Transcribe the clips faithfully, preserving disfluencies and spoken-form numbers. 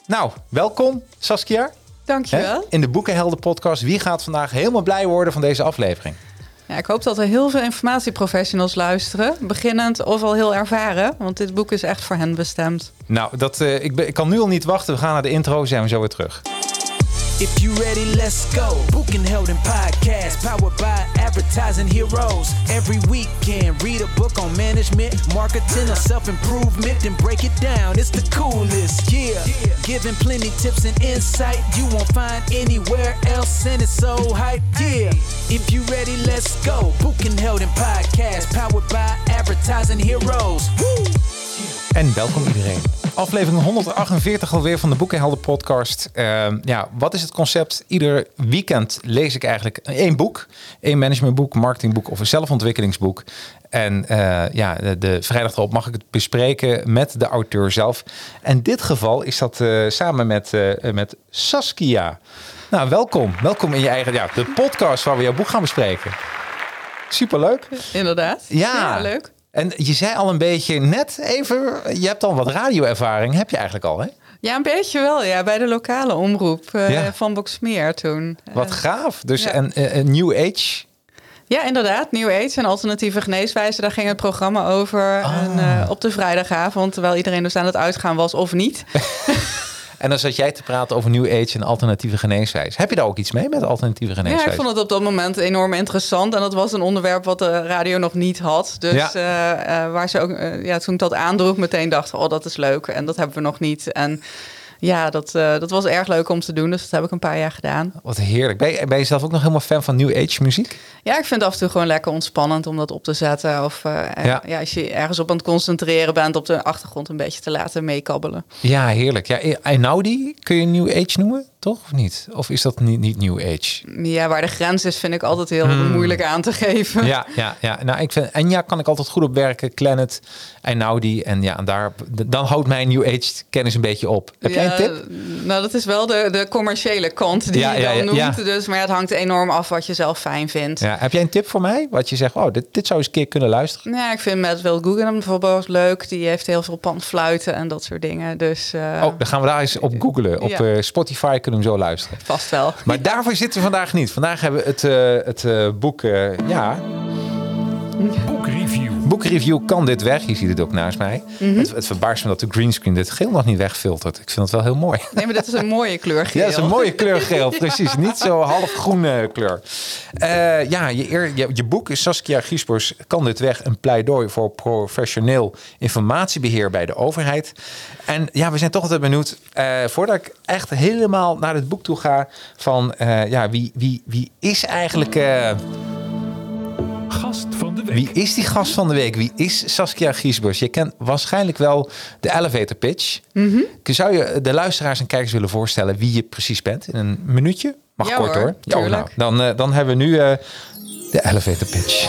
Nou, welkom Saskia. Dankjewel. Hè? In de Boekenhelden podcast. Wie gaat vandaag helemaal blij worden van deze aflevering? Ja, ik hoop dat er heel veel informatieprofessionals luisteren. Beginnend of al heel ervaren. Want dit boek is echt voor hen bestemd. Nou, dat, uh, ik, ben, ik kan nu al niet wachten. We gaan naar de intro, zijn we zo weer terug. If you ready, let's go. Boekenhelden podcast, powered by advertising heroes. Every weekend, read a book on management, marketing, or self-improvement, then break it down. It's the coolest, yeah. Giving plenty tips and insight you won't find anywhere else, and it's so hype, yeah. If you ready, let's go. Boekenhelden podcast, powered by advertising heroes. Woo! En welkom iedereen. Aflevering honderdachtenveertig alweer van de Boekenhelden podcast. Uh, ja, wat is het concept? Ieder weekend lees ik eigenlijk één boek. Één managementboek, marketingboek of een zelfontwikkelingsboek. En uh, ja, de, de vrijdag erop mag ik het bespreken met de auteur zelf. En in dit geval is dat uh, samen met, uh, met Saskia. Nou, welkom. Welkom in je eigen, ja, de podcast waar we jouw boek gaan bespreken. Superleuk. Inderdaad. Ja, ja leuk. En je zei al een beetje net even, je hebt al wat radioervaring, heb je eigenlijk al, hè? Ja, een beetje wel, ja. Bij de lokale omroep uh, ja. van Boxmeer toen. Wat gaaf. Dus ja. en uh, New Age. Ja, inderdaad. New Age en alternatieve geneeswijzen. Daar ging het programma over. Oh. En, uh, op de vrijdagavond, terwijl iedereen dus aan het uitgaan was of niet. En dan zat jij te praten over New Age en alternatieve geneeswijze. Heb je daar ook iets mee met alternatieve geneeswijze? Ja, ik vond het op dat moment enorm interessant. En dat was een onderwerp wat de radio nog niet had. Dus ja. uh, uh, waar ze ook, uh, ja, toen ik dat aandroeg, meteen dacht, oh, dat is leuk. En dat hebben we nog niet. En ja, dat, uh, dat was erg leuk om te doen. Dus dat heb ik een paar jaar gedaan. Wat heerlijk. Ben je, ben je zelf ook nog helemaal fan van New Age muziek? Ja, ik vind het af en toe gewoon lekker ontspannend om dat op te zetten. Of uh, ja. Ja, als je ergens op aan het concentreren bent, op de achtergrond een beetje te laten meekabbelen. Ja, heerlijk. Ja, Einaudi, kun je New Age noemen? Toch of niet? Of is dat niet, niet New Age? Ja, waar de grens is vind ik altijd heel hmm. moeilijk aan te geven. Ja, ja, ja. Nou, ik vind Enya kan ik altijd goed op werken. Planet, Einaudi. En ja, en daar, dan houdt mijn New Age kennis een beetje op. Heb ja, jij een tip? Nou, dat is wel de, de commerciële kant die ja, je dan ja, ja, noemt. Ja. Dus, maar ja, het hangt enorm af wat je zelf fijn vindt. Ja, heb jij een tip voor mij? Wat je zegt, oh, dit, dit zou eens een keer kunnen luisteren. Ja, ik vind Matt Will Guggenheim bijvoorbeeld leuk. Die heeft heel veel panfluiten en dat soort dingen. Dus, uh, oh, dan gaan we daar eens op googlen. Op ja. uh, Spotify kunnen we hem zo luisteren. Vast wel. Maar daarvoor zitten we vandaag niet. Vandaag hebben we het, uh, het uh, boek, uh, ja... Boekreview. Boekreview kan dit weg. Je ziet het ook naast mij. Mm-hmm. Het, het verbaast me dat de greenscreen dit geel nog niet wegfiltert. Ik vind het wel heel mooi. Nee, maar dit is een mooie kleur geel. Ja, dat is een mooie kleur geel. Precies. Ja. Niet zo half groene kleur. Uh, ja, je, eer, je, je boek is Saskia Giespers kan dit weg. Een pleidooi voor professioneel informatiebeheer bij de overheid. En ja, we zijn toch altijd benieuwd. Uh, voordat ik echt helemaal naar het boek toe ga. Van uh, ja, wie, wie, wie is eigenlijk... Uh, Gast van de week. Wie is die gast van de week? Wie is Saskia Giespers? Je kent waarschijnlijk wel de elevator pitch. Mm-hmm. Zou je de luisteraars en kijkers willen voorstellen wie je precies bent? In een minuutje? Mag ja, kort hoor. hoor. Ja, nou, dan, uh, dan hebben we nu uh, de elevator pitch.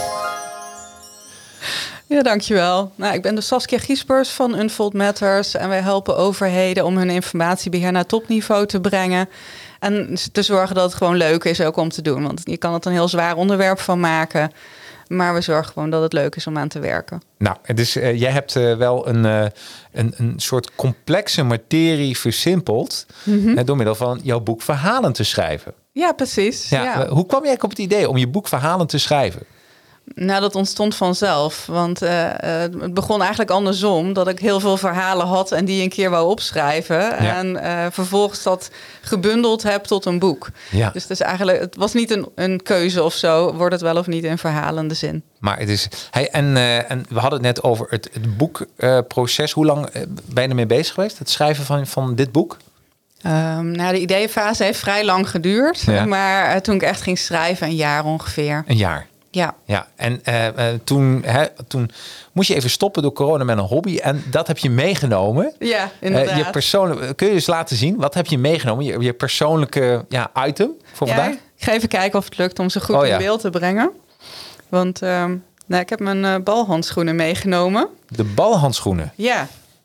Ja, dankjewel. Nou, ik ben de Saskia Giespers van Unfold Matters. En wij helpen overheden om hun informatiebeheer naar topniveau te brengen. En te zorgen dat het gewoon leuk is ook om te doen. Want je kan het een heel zwaar onderwerp van maken. Maar we zorgen gewoon dat het leuk is om aan te werken. Nou, dus uh, jij hebt uh, wel een, uh, een, een soort complexe materie versimpeld. Mm-hmm. uh, door middel van jouw boek Verhalen te schrijven. Ja, precies. Ja, ja. Uh, hoe kwam jij op het idee om je boek Verhalen te schrijven? Nou, dat ontstond vanzelf. Want uh, uh, het begon eigenlijk andersom. Dat ik heel veel verhalen had en die een keer wou opschrijven. Ja. En uh, vervolgens dat gebundeld heb tot een boek. Ja. Dus het, is eigenlijk, het was niet een, een keuze of zo. Wordt het wel of niet in verhalende zin. Maar het is... Hey, en, uh, en we hadden het net over het, het boekproces. Uh, Hoe lang uh, ben je ermee bezig geweest? Het schrijven van, van dit boek? Um, nou, de ideeënfase heeft vrij lang geduurd. Ja. Maar uh, toen ik echt ging schrijven, een jaar ongeveer. Een jaar? Ja. Ja, en uh, uh, toen, hè, toen moest je even stoppen door corona met een hobby. En dat heb je meegenomen. Ja, inderdaad. Uh, je persoonlijk, kun je dus laten zien, wat heb je meegenomen? Je, je persoonlijke ja, item voor ja, vandaag? Ik ga even kijken of het lukt om ze goed oh, in ja. beeld te brengen. Want um, nou, ik heb mijn uh, balhandschoenen meegenomen. De balhandschoenen? Ja.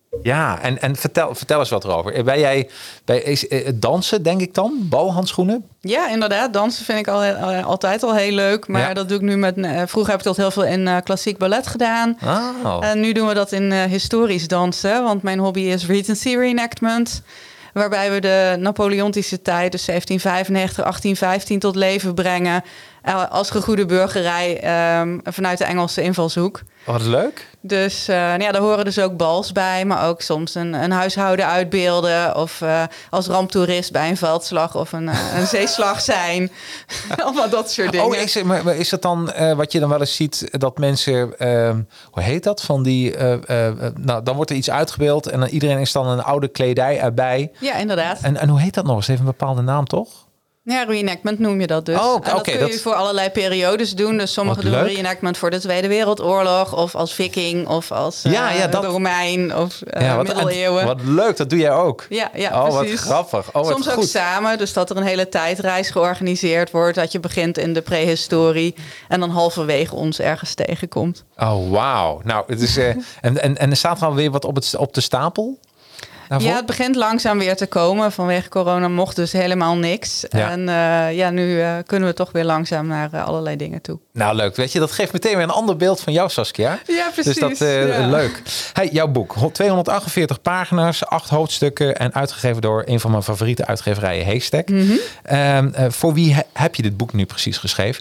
Ja, en, en vertel, vertel eens wat erover. Ben jij bij is, eh, dansen, denk ik dan? Balhandschoenen? Ja, inderdaad. Dansen vind ik al, al, altijd al heel leuk. Maar ja. dat doe ik nu met... Uh, vroeger heb ik dat heel veel in uh, klassiek ballet gedaan. Oh. En nu doen we dat in uh, historisch dansen. Want mijn hobby is Regency reenactment. Waarbij we de Napoleontische tijd, dus zeventien vijfennegentig, achttien vijftien, tot leven brengen. Uh, als gegoede burgerij um, vanuit de Engelse invalshoek. Wat leuk. Dus uh, nou ja, daar horen dus ook bals bij, maar ook soms een, een huishouden uitbeelden. Of uh, als ramptoerist bij een veldslag of een, uh, een zeeslag zijn. Allemaal dat soort dingen. Oh, is, maar is dat dan uh, wat je dan wel eens ziet, dat mensen, uh, hoe heet dat? Van die, uh, uh, nou, dan wordt er iets uitgebeeld en dan iedereen is dan een oude kledij erbij. Ja, inderdaad. En, en hoe heet dat nog eens? Het heeft een bepaalde naam, toch? Ja, reenactment noem je dat dus. Oh, en dat okay, kun je dat... voor allerlei periodes doen. Dus sommigen doen reenactment voor de Tweede Wereldoorlog, of als viking, of als uh, ja, ja, dat... Romein, of uh, ja, wat, middeleeuwen. Wat leuk, dat doe jij ook. Ja, ja oh, precies. Wat grappig. Oh, Soms wat ook goed. samen, dus dat er een hele tijdreis georganiseerd wordt. Dat je begint in de prehistorie en dan halverwege ons ergens tegenkomt. Oh, wauw. Nou, het is uh, en, en, en er staat er alweer wat op, het, op de stapel? Daarvoor? Ja, het begint langzaam weer te komen. Vanwege corona mocht dus helemaal niks. Ja. En uh, ja, nu uh, kunnen we toch weer langzaam naar uh, allerlei dingen toe. Nou, leuk. Weet je, dat geeft meteen weer een ander beeld van jou, Saskia. Ja, precies. Dus dat uh, ja. leuk. Hey, jouw boek, tweehonderdachtenveertig pagina's, acht hoofdstukken en uitgegeven door een van mijn favoriete uitgeverijen, Haystack. Mm-hmm. Uh, uh, voor wie he- heb je dit boek nu precies geschreven?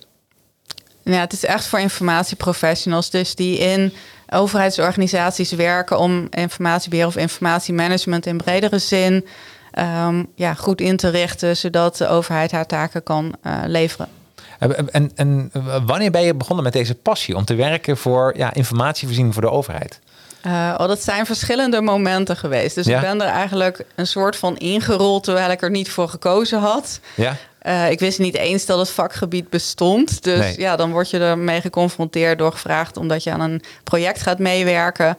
Ja, het is echt voor informatieprofessionals, dus die in overheidsorganisaties werken om informatiebeheer of informatiemanagement in bredere zin um, ja, goed in te richten, zodat de overheid haar taken kan uh, leveren. En, en, en wanneer ben je begonnen met deze passie om te werken voor ja, informatievoorziening voor de overheid? Uh, oh, dat zijn verschillende momenten geweest. Dus ja? ik ben er eigenlijk een soort van ingerold terwijl ik er niet voor gekozen had. Ja. Uh, ik wist niet eens dat het vakgebied bestond. Dus nee. ja, dan word je ermee geconfronteerd door gevraagd omdat je aan een project gaat meewerken.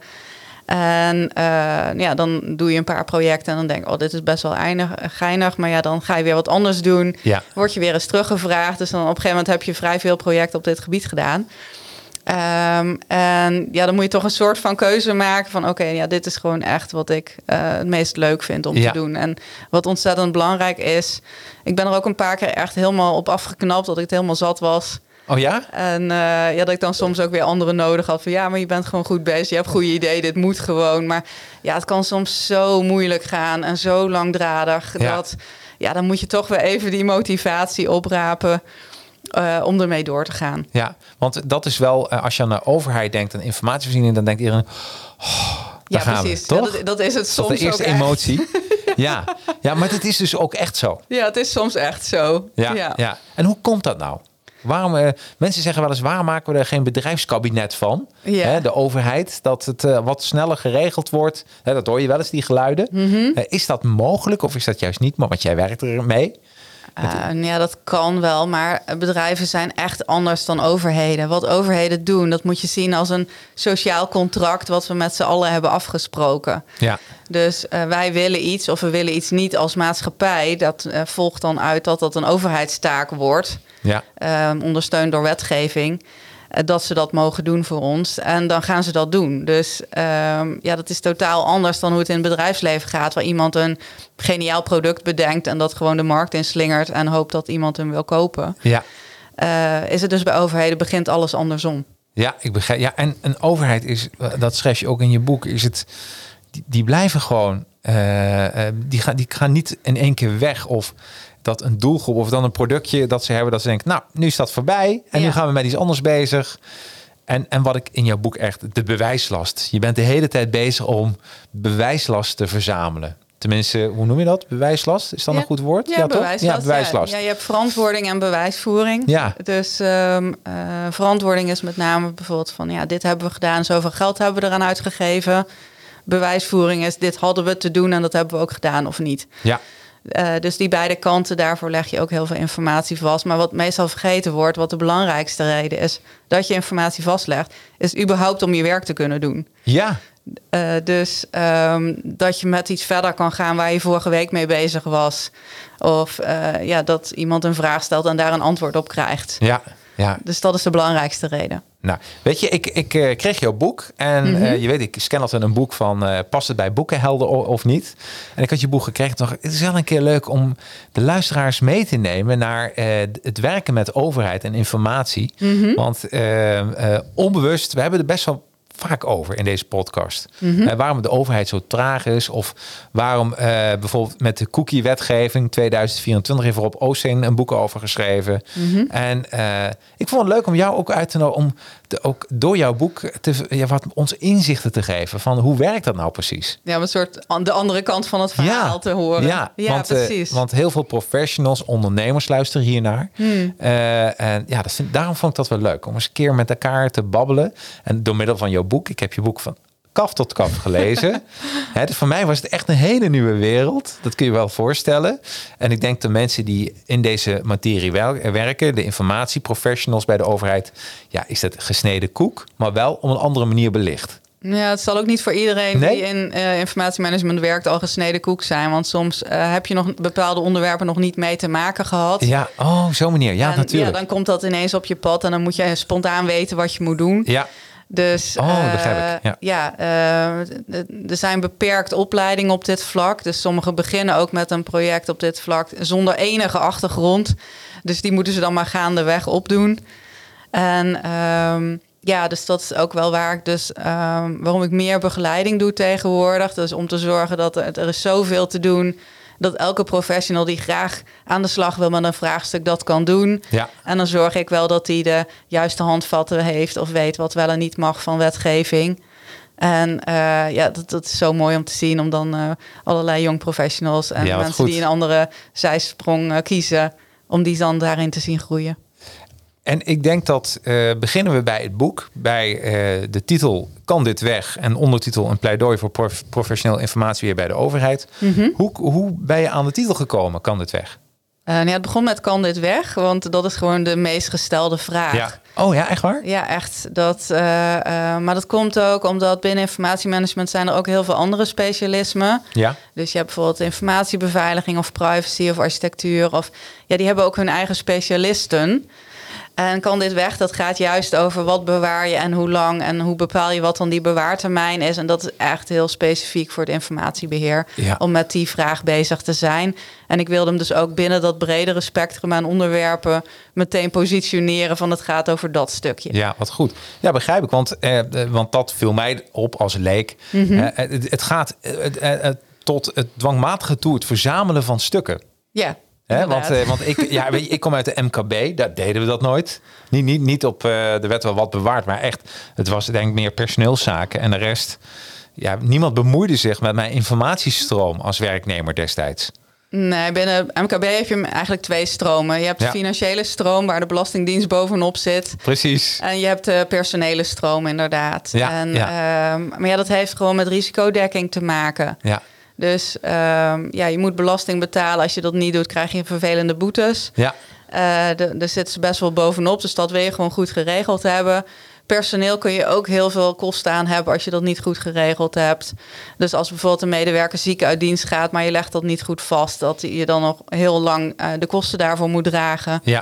En uh, ja, dan doe je een paar projecten en dan denk ik, oh, dit is best wel einig, geinig. Maar ja, dan ga je weer wat anders doen. Ja. Word je weer eens teruggevraagd. Dus dan op een gegeven moment heb je vrij veel projecten op dit gebied gedaan. Um, en ja, dan moet je toch een soort van keuze maken van oké, okay, ja, dit is gewoon echt wat ik uh, het meest leuk vind om ja. te doen. En wat ontzettend belangrijk is, ik ben er ook een paar keer echt helemaal op afgeknapt dat ik het helemaal zat was. Oh ja? En uh, ja, dat ik dan soms ook weer anderen nodig had van ja, maar je bent gewoon goed bezig, je hebt goede ideeën, dit moet gewoon. Maar ja, het kan soms zo moeilijk gaan en zo langdradig ja. dat ja, dan moet je toch weer even die motivatie oprapen. Uh, om ermee door te gaan. Ja, want dat is wel, uh, als je aan de overheid denkt en informatievoorziening, dan denkt iedereen, oh, ja, precies. We, toch? Ja, dat, dat is het soms. Dat is de eerste ook emotie. ja. ja, maar het is dus ook echt zo. Ja, het is soms echt zo. Ja, ja. ja. En hoe komt dat nou? Waarom, uh, mensen zeggen wel eens, waarom maken we er geen bedrijfskabinet van? Ja. Hè, de overheid, dat het uh, wat sneller geregeld wordt. Hè, dat hoor je wel eens, die geluiden. Mm-hmm. Uh, is dat mogelijk of is dat juist niet? Maar want jij werkt er mee. Uh, ja, dat kan wel, maar bedrijven zijn echt anders dan overheden. Wat overheden doen, dat moet je zien als een sociaal contract wat we met z'n allen hebben afgesproken. Ja. Dus uh, wij willen iets of we willen iets niet als maatschappij. Dat uh, volgt dan uit dat dat een overheidstaak wordt, ja. uh, ondersteund door wetgeving. Dat ze dat mogen doen voor ons. En dan gaan ze dat doen. Dus um, ja, dat is totaal anders dan hoe het in het bedrijfsleven gaat. Waar iemand een geniaal product bedenkt en dat gewoon de markt inslingert en hoopt dat iemand hem wil kopen. Ja. Uh, is het dus bij overheden begint alles andersom. Ja, ik begrijp. Ja, en een overheid is, dat schrijf je ook in je boek, is het, die, die blijven gewoon, uh, uh, die, gaan, die gaan niet in één keer weg of dat een doelgroep of dan een productje dat ze hebben, dat ze denken, nou, nu is dat voorbij en ja. nu gaan we met iets anders bezig. En, en wat ik in jouw boek echt, de bewijslast. Je bent de hele tijd bezig om bewijslast te verzamelen. Tenminste, hoe noem je dat? Bewijslast? Is dat ja. een goed woord? Ja, ja bewijslast. Ja, bewijslast. Ja. Ja, je hebt verantwoording en bewijsvoering. Ja. Dus um, uh, verantwoording is met name bijvoorbeeld van, ja, dit hebben we gedaan, zoveel geld hebben we eraan uitgegeven. Bewijsvoering is, dit hadden we te doen en dat hebben we ook gedaan of niet. Ja. Uh, dus die beide kanten, daarvoor leg je ook heel veel informatie vast. Maar wat meestal vergeten wordt, wat de belangrijkste reden is dat je informatie vastlegt, is überhaupt om je werk te kunnen doen. Ja. Uh, dus um, dat je met iets verder kan gaan waar je vorige week mee bezig was. Of uh, ja, dat iemand een vraag stelt en daar een antwoord op krijgt. Ja, ja. Dus dat is de belangrijkste reden. Nou, weet je, ik, ik uh, kreeg jouw boek. En mm-hmm. uh, je weet, ik scan altijd een boek van... Uh, past het bij Boekenhelden of, of niet? En ik had je boek gekregen. Toch, het is wel een keer leuk om de luisteraars mee te nemen... naar uh, het werken met overheid en informatie. Mm-hmm. Want uh, uh, onbewust, we hebben er best wel... vaak over in deze podcast. Mm-hmm. Uh, waarom de overheid zo traag is. Of waarom uh, bijvoorbeeld met de cookie-wetgeving tweeduizend vierentwintig heeft Rob Oosteen een boek over geschreven. Mm-hmm. En uh, ik vond het leuk om jou ook uit te nodigen... om te, ook door jouw boek te, ja, wat ons inzichten te geven. Van hoe werkt dat nou precies? Ja, een soort de andere kant van het verhaal ja, te horen. Ja, ja want, precies. Uh, want heel veel professionals, ondernemers luisteren hiernaar. Mm. Uh, en ja, dat vind, daarom vond ik dat wel leuk. Om eens een keer met elkaar te babbelen. En door middel van jouw boek. Ik heb je boek van kaf tot kaf gelezen. He, dus voor mij was het echt een hele nieuwe wereld. Dat kun je wel voorstellen. En ik denk de mensen die in deze materie werken... de informatieprofessionals bij de overheid... ja, is dat gesneden koek, maar wel op een andere manier belicht. Ja, het zal ook niet voor iedereen nee? die in uh, informatiemanagement werkt al gesneden koek zijn. Want soms uh, heb je nog bepaalde onderwerpen nog niet mee te maken gehad. Ja, oh, zo'n manier. Ja, en, natuurlijk. Ja, dan komt dat ineens op je pad en dan moet je spontaan weten wat je moet doen. Ja. Dus oh, begrijp ik. Ja, ja uh, er zijn beperkt opleidingen op dit vlak. Dus sommigen beginnen ook met een project op dit vlak zonder enige achtergrond. Dus die moeten ze dan maar gaandeweg opdoen. En um, ja, dus dat is ook wel waar ik dus um, waarom ik meer begeleiding doe tegenwoordig. Dus om te zorgen dat er, er is zoveel te doen. Dat elke professional die graag aan de slag wil met een vraagstuk dat kan doen. Ja. En dan zorg ik wel dat hij de juiste handvatten heeft... of weet wat wel en niet mag van wetgeving. En uh, ja, dat, dat is zo mooi om te zien... om dan uh, allerlei jong professionals en ja, mensen goed. die een andere zijsprong uh, kiezen... om die dan daarin te zien groeien. En ik denk dat uh, beginnen we bij het boek, bij uh, de titel Kan dit weg? En ondertitel een pleidooi voor prof, professioneel informatiebeheer bij de overheid. Mm-hmm. Hoe, hoe ben je aan de titel gekomen, Kan dit weg? Uh, nou ja, het begon met Kan dit weg? Want dat is gewoon de meest gestelde vraag. Ja. Oh ja, echt waar? Ja, echt. Dat, uh, uh, maar dat komt ook omdat binnen informatiemanagement zijn er ook heel veel andere specialismen. Ja. Dus je hebt bijvoorbeeld informatiebeveiliging of privacy of architectuur. Of, ja, die hebben ook hun eigen specialisten. En Kan dit weg? Dat gaat juist over wat bewaar je en hoe lang... en hoe bepaal je wat dan die bewaartermijn is. En dat is echt heel specifiek voor het informatiebeheer... Ja. om met die vraag bezig te zijn. En ik wilde hem dus ook binnen dat bredere spectrum aan onderwerpen... meteen positioneren van het gaat over dat stukje. Ja, wat goed. Ja, begrijp ik. Want, eh, want dat viel mij op als leek. Mm-hmm. Eh, het, het gaat eh, eh, tot het dwangmatige toe, het verzamelen van stukken. Ja. He, want, uh, want ik, ja, weet je, ik kom uit de M K B, daar deden we dat nooit. Niet, niet, niet op, uh, er werd wel wat bewaard, maar echt, het was denk ik meer personeelszaken. En de rest, ja, niemand bemoeide zich met mijn informatiestroom als werknemer destijds. Nee, binnen M K B heb je eigenlijk twee stromen. Je hebt de ja. financiële stroom, waar de Belastingdienst bovenop zit. Precies. En je hebt de personele stroom, inderdaad. Ja, en, ja. Uh, maar ja, dat heeft gewoon met risicodekking te maken. Ja. Dus um, ja, je moet belasting betalen. Als je dat niet doet, krijg je vervelende boetes. Ja. Uh, de, daar zitten ze best wel bovenop. Dus dat wil je gewoon goed geregeld hebben. Personeel kun je ook heel veel kosten aan hebben als je dat niet goed geregeld hebt. Dus als bijvoorbeeld een medewerker ziek uit dienst gaat, maar je legt dat niet goed vast, dat je dan nog heel lang uh, de kosten daarvoor moet dragen. Ja.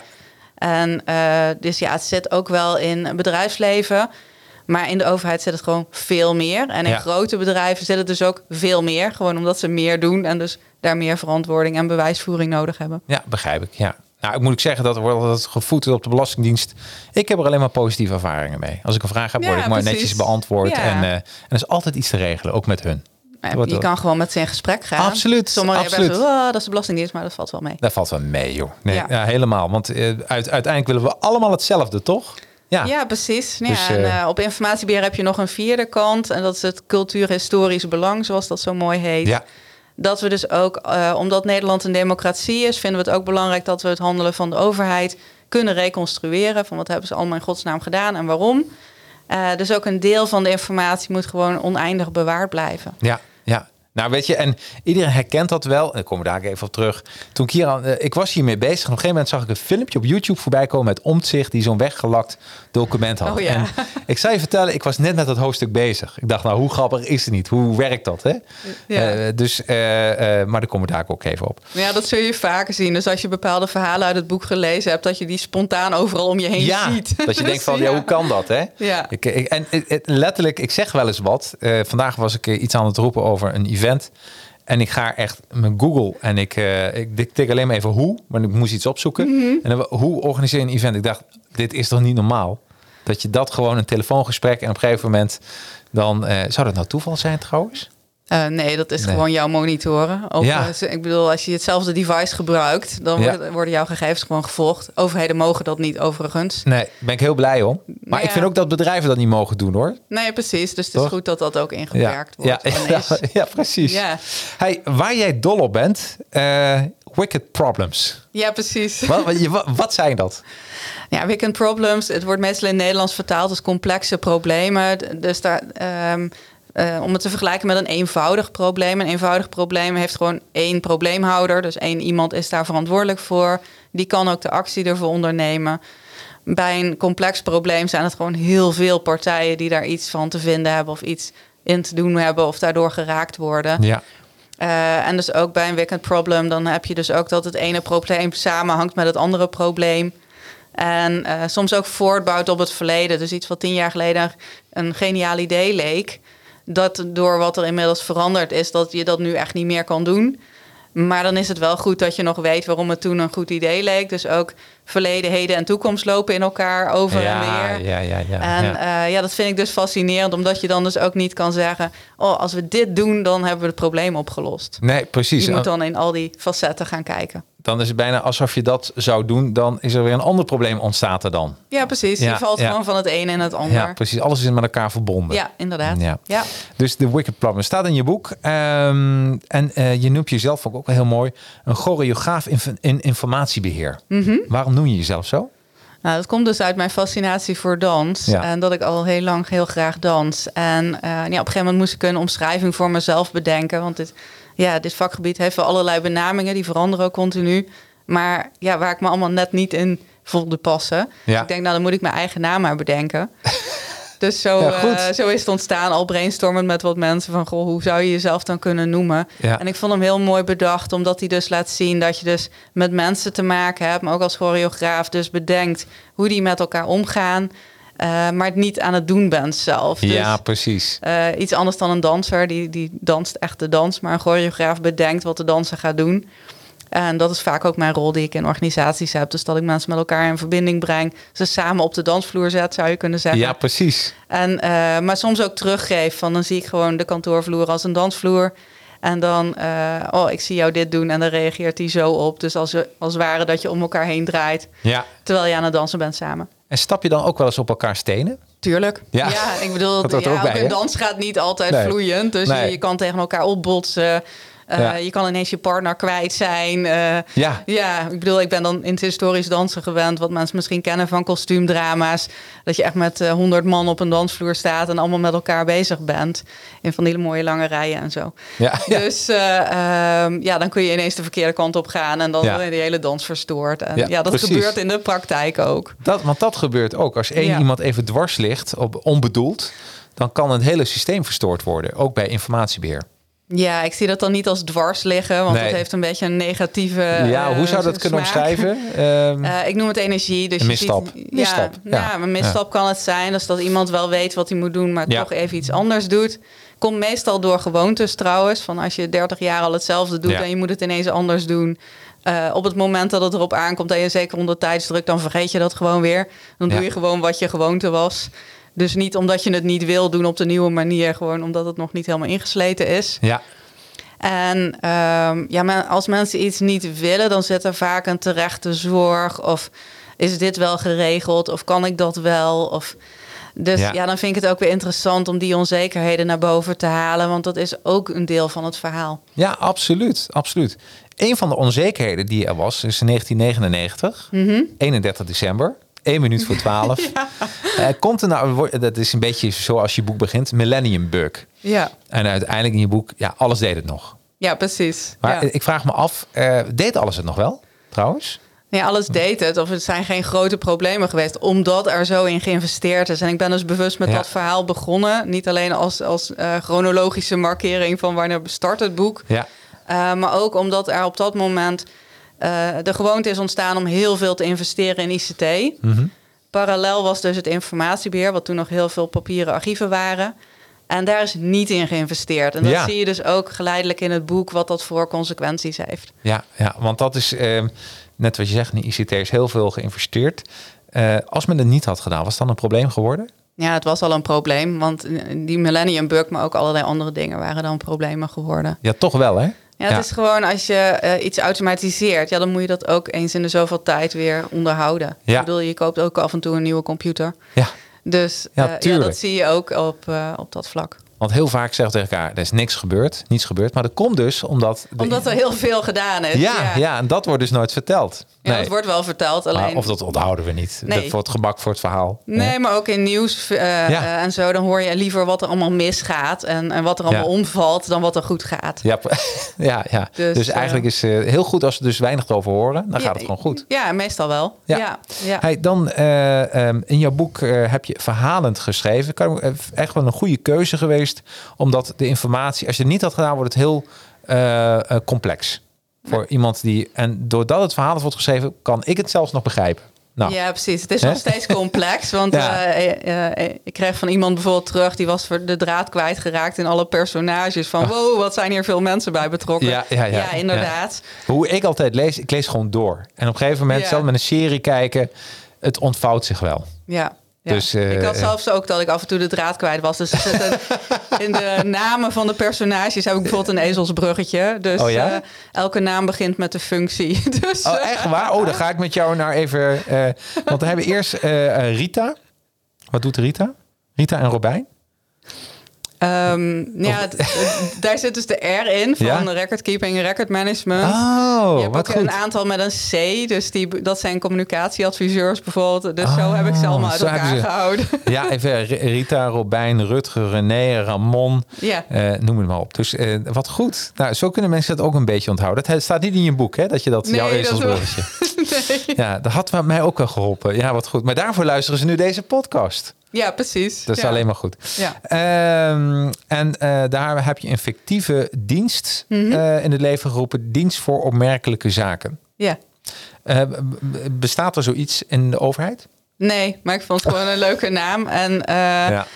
En uh, dus ja, het zit ook wel in het bedrijfsleven. Maar in de overheid zit het gewoon veel meer. En in ja. grote bedrijven zit het dus ook veel meer. Gewoon omdat ze meer doen en dus daar meer verantwoording en bewijsvoering nodig hebben. Ja, begrijp ik. Ja. Nou, ik moet ik zeggen dat er wordt altijd gevoed op de Belastingdienst. Ik heb er alleen maar positieve ervaringen mee. Als ik een vraag heb, word ja, ik maar precies. netjes beantwoord. Ja. En, uh, en er is altijd iets te regelen, ook met hun. Ja, je kan gewoon met ze in gesprek gaan. Absoluut. Sommigen absoluut. hebben oh, dat is de Belastingdienst, maar dat valt wel mee. Dat valt wel mee, joh. Nee, ja. Ja, helemaal. Want uh, uit, uiteindelijk willen we allemaal hetzelfde, toch? Ja, ja precies. Ja, dus, uh, en, uh, op informatiebeheer heb je nog een vierde kant. En dat is het cultuurhistorisch belang, zoals dat zo mooi heet. Ja. Dat we dus ook, uh, omdat Nederland een democratie is, vinden we het ook belangrijk dat we het handelen van de overheid kunnen reconstrueren. Van wat hebben ze allemaal in godsnaam gedaan en waarom. Uh, dus ook een deel van de informatie moet gewoon oneindig bewaard blijven. Ja, ja. Nou, weet je, en iedereen herkent dat wel. En ik kom daar even op terug. Toen ik hier aan, uh, ik was hiermee bezig. En op een gegeven moment zag ik een filmpje op YouTube voorbij komen met Omtzigt die zo'n weggelakt document had. Oh, ja. En ik zou je vertellen, ik was net met dat hoofdstuk bezig. Ik dacht, nou, hoe grappig is het niet? Hoe werkt dat, hè? Ja. Uh, dus, uh, uh, maar daar komen we daar ook even op. Ja, dat zul je vaker zien. Dus als je bepaalde verhalen uit het boek gelezen hebt, dat je die spontaan overal om je heen ja, ziet. Dat je dus, denkt van, ja. ja, hoe kan dat, hè? Ja. Ik, ik, en het, letterlijk, ik zeg wel eens wat. Uh, vandaag was ik iets aan het roepen over een event. En ik ga echt met Google en ik, uh, ik tik alleen maar even hoe, maar ik moest iets opzoeken. Mm-hmm. En dan, hoe organiseer je een event? Ik dacht, dit is toch niet normaal? Dat je dat gewoon een telefoongesprek en op een gegeven moment dan... Uh, zou dat nou toeval zijn trouwens? Uh, nee, dat is nee. gewoon jouw monitoren. Ook, ja. uh, ik bedoel, als je hetzelfde device gebruikt, dan ja. worden, worden jouw gegevens gewoon gevolgd. Overheden mogen dat niet overigens. Nee, daar ben ik heel blij om. Maar ja. ik vind ook dat bedrijven dat niet mogen doen, hoor. Nee, precies. Dus het Toch? is goed dat dat ook ingewerkt ja. wordt. Ja, ja, ja, precies. Ja. Hey, waar jij dol op bent, uh, Wicked Problems. Ja, precies. Wat, wat, wat zijn dat? Ja, Wicked Problems, het wordt meestal in het Nederlands vertaald als complexe problemen. Dus daar... Um, Uh, om het te vergelijken met een eenvoudig probleem. Een eenvoudig probleem heeft gewoon één probleemhouder. Dus één iemand is daar verantwoordelijk voor. Die kan ook de actie ervoor ondernemen. Bij een complex probleem zijn het gewoon heel veel partijen die daar iets van te vinden hebben of iets in te doen hebben of daardoor geraakt worden. Ja. Uh, en dus ook bij een wicked problem, dan heb je dus ook dat het ene probleem samenhangt met het andere probleem. En uh, soms ook voortbouwt op het verleden. Dus iets wat tien jaar geleden een geniaal idee leek, dat door wat er inmiddels veranderd is, dat je dat nu echt niet meer kan doen. Maar dan is het wel goed dat je nog weet waarom het toen een goed idee leek. Dus ook verleden, heden en toekomst lopen in elkaar over ja, en weer. Ja, ja, ja. En ja. Uh, ja, dat vind ik dus fascinerend. Omdat je dan dus ook niet kan zeggen, oh, als we dit doen, dan hebben we het probleem opgelost. Nee, precies. Je moet dan in al die facetten gaan kijken. Dan is het bijna alsof je dat zou doen, dan is er weer een ander probleem ontstaat er dan. Ja, precies. Ja, je valt ja. gewoon van het ene in het ander. Ja, precies. Alles is met elkaar verbonden. Ja, inderdaad. Ja. Ja. Dus de Wicked Problem staat in je boek. Um, en uh, je noemt jezelf ook, ook heel mooi, een choreograaf in, in informatiebeheer. Mm-hmm. Waarom noem je jezelf zo? Nou, dat komt dus uit mijn fascinatie voor dans. Ja. En dat ik al heel lang heel graag dans. En uh, ja, op een gegeven moment moest ik een omschrijving voor mezelf bedenken. Want dit, ja, dit vakgebied heeft wel allerlei benamingen. Die veranderen ook continu. Maar ja, waar ik me allemaal net niet in voelde passen. Ja. Dus ik denk, nou, dan moet ik mijn eigen naam maar bedenken. Dus zo, ja, uh, zo is het ontstaan, al brainstormend met wat mensen van, goh, hoe zou je jezelf dan kunnen noemen? Ja. En ik vond hem heel mooi bedacht, omdat hij dus laat zien dat je dus met mensen te maken hebt, maar ook als choreograaf dus bedenkt hoe die met elkaar omgaan, uh, maar het niet aan het doen bent zelf. Dus, ja, precies. Uh, iets anders dan een danser, die, die danst echt de dans, maar een choreograaf bedenkt wat de danser gaat doen. En dat is vaak ook mijn rol die ik in organisaties heb. Dus dat ik mensen met elkaar in verbinding breng. Ze samen op de dansvloer zet, zou je kunnen zeggen. Ja, precies. En, uh, maar soms ook teruggeef. Van dan zie ik gewoon de kantoorvloer als een dansvloer. En dan, uh, oh, ik zie jou dit doen. En dan reageert hij zo op. Dus als, als het ware dat je om elkaar heen draait. Ja. Terwijl je aan het dansen bent samen. En stap je dan ook wel eens op elkaar stenen? Tuurlijk. Ja, ja ik bedoel, ja, ook, bij, ook een dans gaat niet altijd nee. vloeiend. Dus nee. je, je kan tegen elkaar opbotsen. Uh, ja. Je kan ineens je partner kwijt zijn. Uh, ja. ja, ik bedoel, ik ben dan in het historisch dansen gewend. Wat mensen misschien kennen van kostuumdrama's. Dat je echt met uh, honderd man op een dansvloer staat. En allemaal met elkaar bezig bent. In van die hele mooie lange rijen en zo. Ja, ja. Dus uh, um, ja, dan kun je ineens de verkeerde kant op gaan. En dan ja. wordt de hele dans verstoord. En ja, ja dat precies. gebeurt in de praktijk ook. Dat, want dat gebeurt ook. Als één ja. iemand even dwars ligt, op, onbedoeld. Dan kan het hele systeem verstoord worden. Ook bij informatiebeheer. Ja, ik zie dat dan niet als dwars liggen, want nee. het heeft een beetje een negatieve Ja, hoe zou dat uh, kunnen omschrijven? Um, uh, ik noem het energie. Dus een misstap. Je ziet, misstap. Ja, ja. ja, een misstap ja. kan het zijn. Dus dat iemand wel weet wat hij moet doen, maar ja. toch even iets anders doet. Komt meestal door gewoontes trouwens. Van als je dertig jaar al hetzelfde doet ja. en je moet het ineens anders doen. Uh, op het moment dat het erop aankomt en je zeker onder tijdsdruk, dan vergeet je dat gewoon weer. Dan ja. doe je gewoon wat je gewoonte was. Dus niet omdat je het niet wil doen op de nieuwe manier. Gewoon omdat het nog niet helemaal ingesleten is. Ja. En um, ja, men, als mensen iets niet willen, dan zit er vaak een terechte zorg. Of is dit wel geregeld? Of kan ik dat wel? Of... Dus ja. ja, dan vind ik het ook weer interessant om die onzekerheden naar boven te halen. Want dat is ook een deel van het verhaal. Ja, absoluut. absoluut. Een van de onzekerheden die er was, is in negentien negenennegentig, mm-hmm. eenendertig december. één minuut voor twaalf. ja. uh, komt er nou, dat is een beetje zoals je boek begint, Millennium Bug. Ja. En uiteindelijk in je boek, ja, alles deed het nog. Ja, precies. Maar ja. ik vraag me af, uh, deed alles het nog wel, trouwens? Nee, alles deed het. Of het zijn geen grote problemen geweest. Omdat er zo in geïnvesteerd is. En ik ben dus bewust met ja. dat verhaal begonnen. Niet alleen als, als uh, chronologische markering van wanneer start het boek. Ja. Uh, maar ook omdat er op dat moment uh, de gewoonte is ontstaan om heel veel te investeren in I C T. Mm-hmm. Parallel was dus het informatiebeheer, wat toen nog heel veel papieren archieven waren. En daar is niet in geïnvesteerd. En dat ja. zie je dus ook geleidelijk in het boek, wat dat voor consequenties heeft. Ja, ja, want dat is, uh, net wat je zegt, in I C T is heel veel geïnvesteerd. Uh, als men het niet had gedaan, was het dan een probleem geworden? Ja, het was al een probleem, want die Millennium Bug, maar ook allerlei andere dingen waren dan problemen geworden. Ja, toch wel, hè? Ja, het ja. is gewoon als je uh, iets automatiseert, ja, dan moet je dat ook eens in de zoveel tijd weer onderhouden. Ja. Ik bedoel, je koopt ook af en toe een nieuwe computer. Ja. Dus uh, ja, ja, dat zie je ook op, uh, op dat vlak. Want heel vaak zeggen tegen elkaar, er is niks gebeurd, niets gebeurd. Maar dat komt dus omdat... De... Omdat er heel veel gedaan is. Ja, ja. ja, en dat wordt dus nooit verteld. Ja, nee. Het wordt wel verteld, alleen... Maar of dat onthouden we niet. Nee. Dat wordt gebak voor het verhaal. Nee, nee. Maar ook in nieuws uh, ja. uh, en zo, dan hoor je liever wat er allemaal misgaat... en, en wat er allemaal ja. omvalt, dan wat er goed gaat. Ja, ja, ja. Dus, dus eigenlijk uh, is het uh, heel goed als we dus weinig erover horen. Dan ja, gaat het gewoon goed. Ja, meestal wel. Ja. Ja. Ja. Hey, dan uh, um, in jouw boek uh, heb je verhalend geschreven. Kan uh, echt wel een goede keuze geweest... omdat de informatie, als je het niet had gedaan, wordt het heel uh, uh, complex. Voor ja. iemand die... En doordat het verhaal wordt geschreven, kan ik het zelfs nog begrijpen. Nou. Ja, precies. Het is He? nog steeds complex. Want ja. uh, uh, uh, ik kreeg van iemand bijvoorbeeld terug... die was de draad kwijtgeraakt in alle personages. Van wow, wat zijn hier veel mensen bij betrokken. Ja, ja, ja, ja inderdaad. Ja. Hoe ik altijd lees, ik lees gewoon door. En op een gegeven moment, ja. zelf met een serie kijken... het ontvouwt zich wel. Ja. Ja. Dus, uh, ik had zelfs ook dat ik af en toe de draad kwijt was. Dus in de namen van de personages heb ik bijvoorbeeld een ezelsbruggetje. Dus oh ja? uh, elke naam begint met de functie. Dus, oh, echt waar? Oh, dan ga ik met jou naar even... Uh, want dan hebben we eerst uh, Rita. Wat doet Rita? Rita en Robijn? Um, ja, d- d- daar zit dus de R in van ja? record keeping en record management. Oh, je hebt wat ook goed. een aantal met een C, dus die, dat zijn communicatieadviseurs bijvoorbeeld. Dus oh, zo heb ik ze allemaal uit elkaar ze... gehouden. Ja, even Rita, Robijn, Rutger, René, Ramon, ja. uh, noem het maar op. Dus uh, wat goed. Nou, zo kunnen mensen dat ook een beetje onthouden. Het staat niet in je boek, hè, dat je dat, nee, jouw ezelsbruggetje. Nee. Ja, dat had mij ook wel geholpen. Ja, wat goed. Maar daarvoor luisteren ze nu deze podcast. Ja, precies. Dat is ja. alleen maar goed. Ja. Um, en uh, daar heb je een fictieve dienst mm-hmm. uh, in het leven geroepen. Dienst voor opmerkelijke zaken. Ja. Uh, bestaat er zoiets in de overheid? Nee, maar ik vond het gewoon een leuke naam. En uh, ja.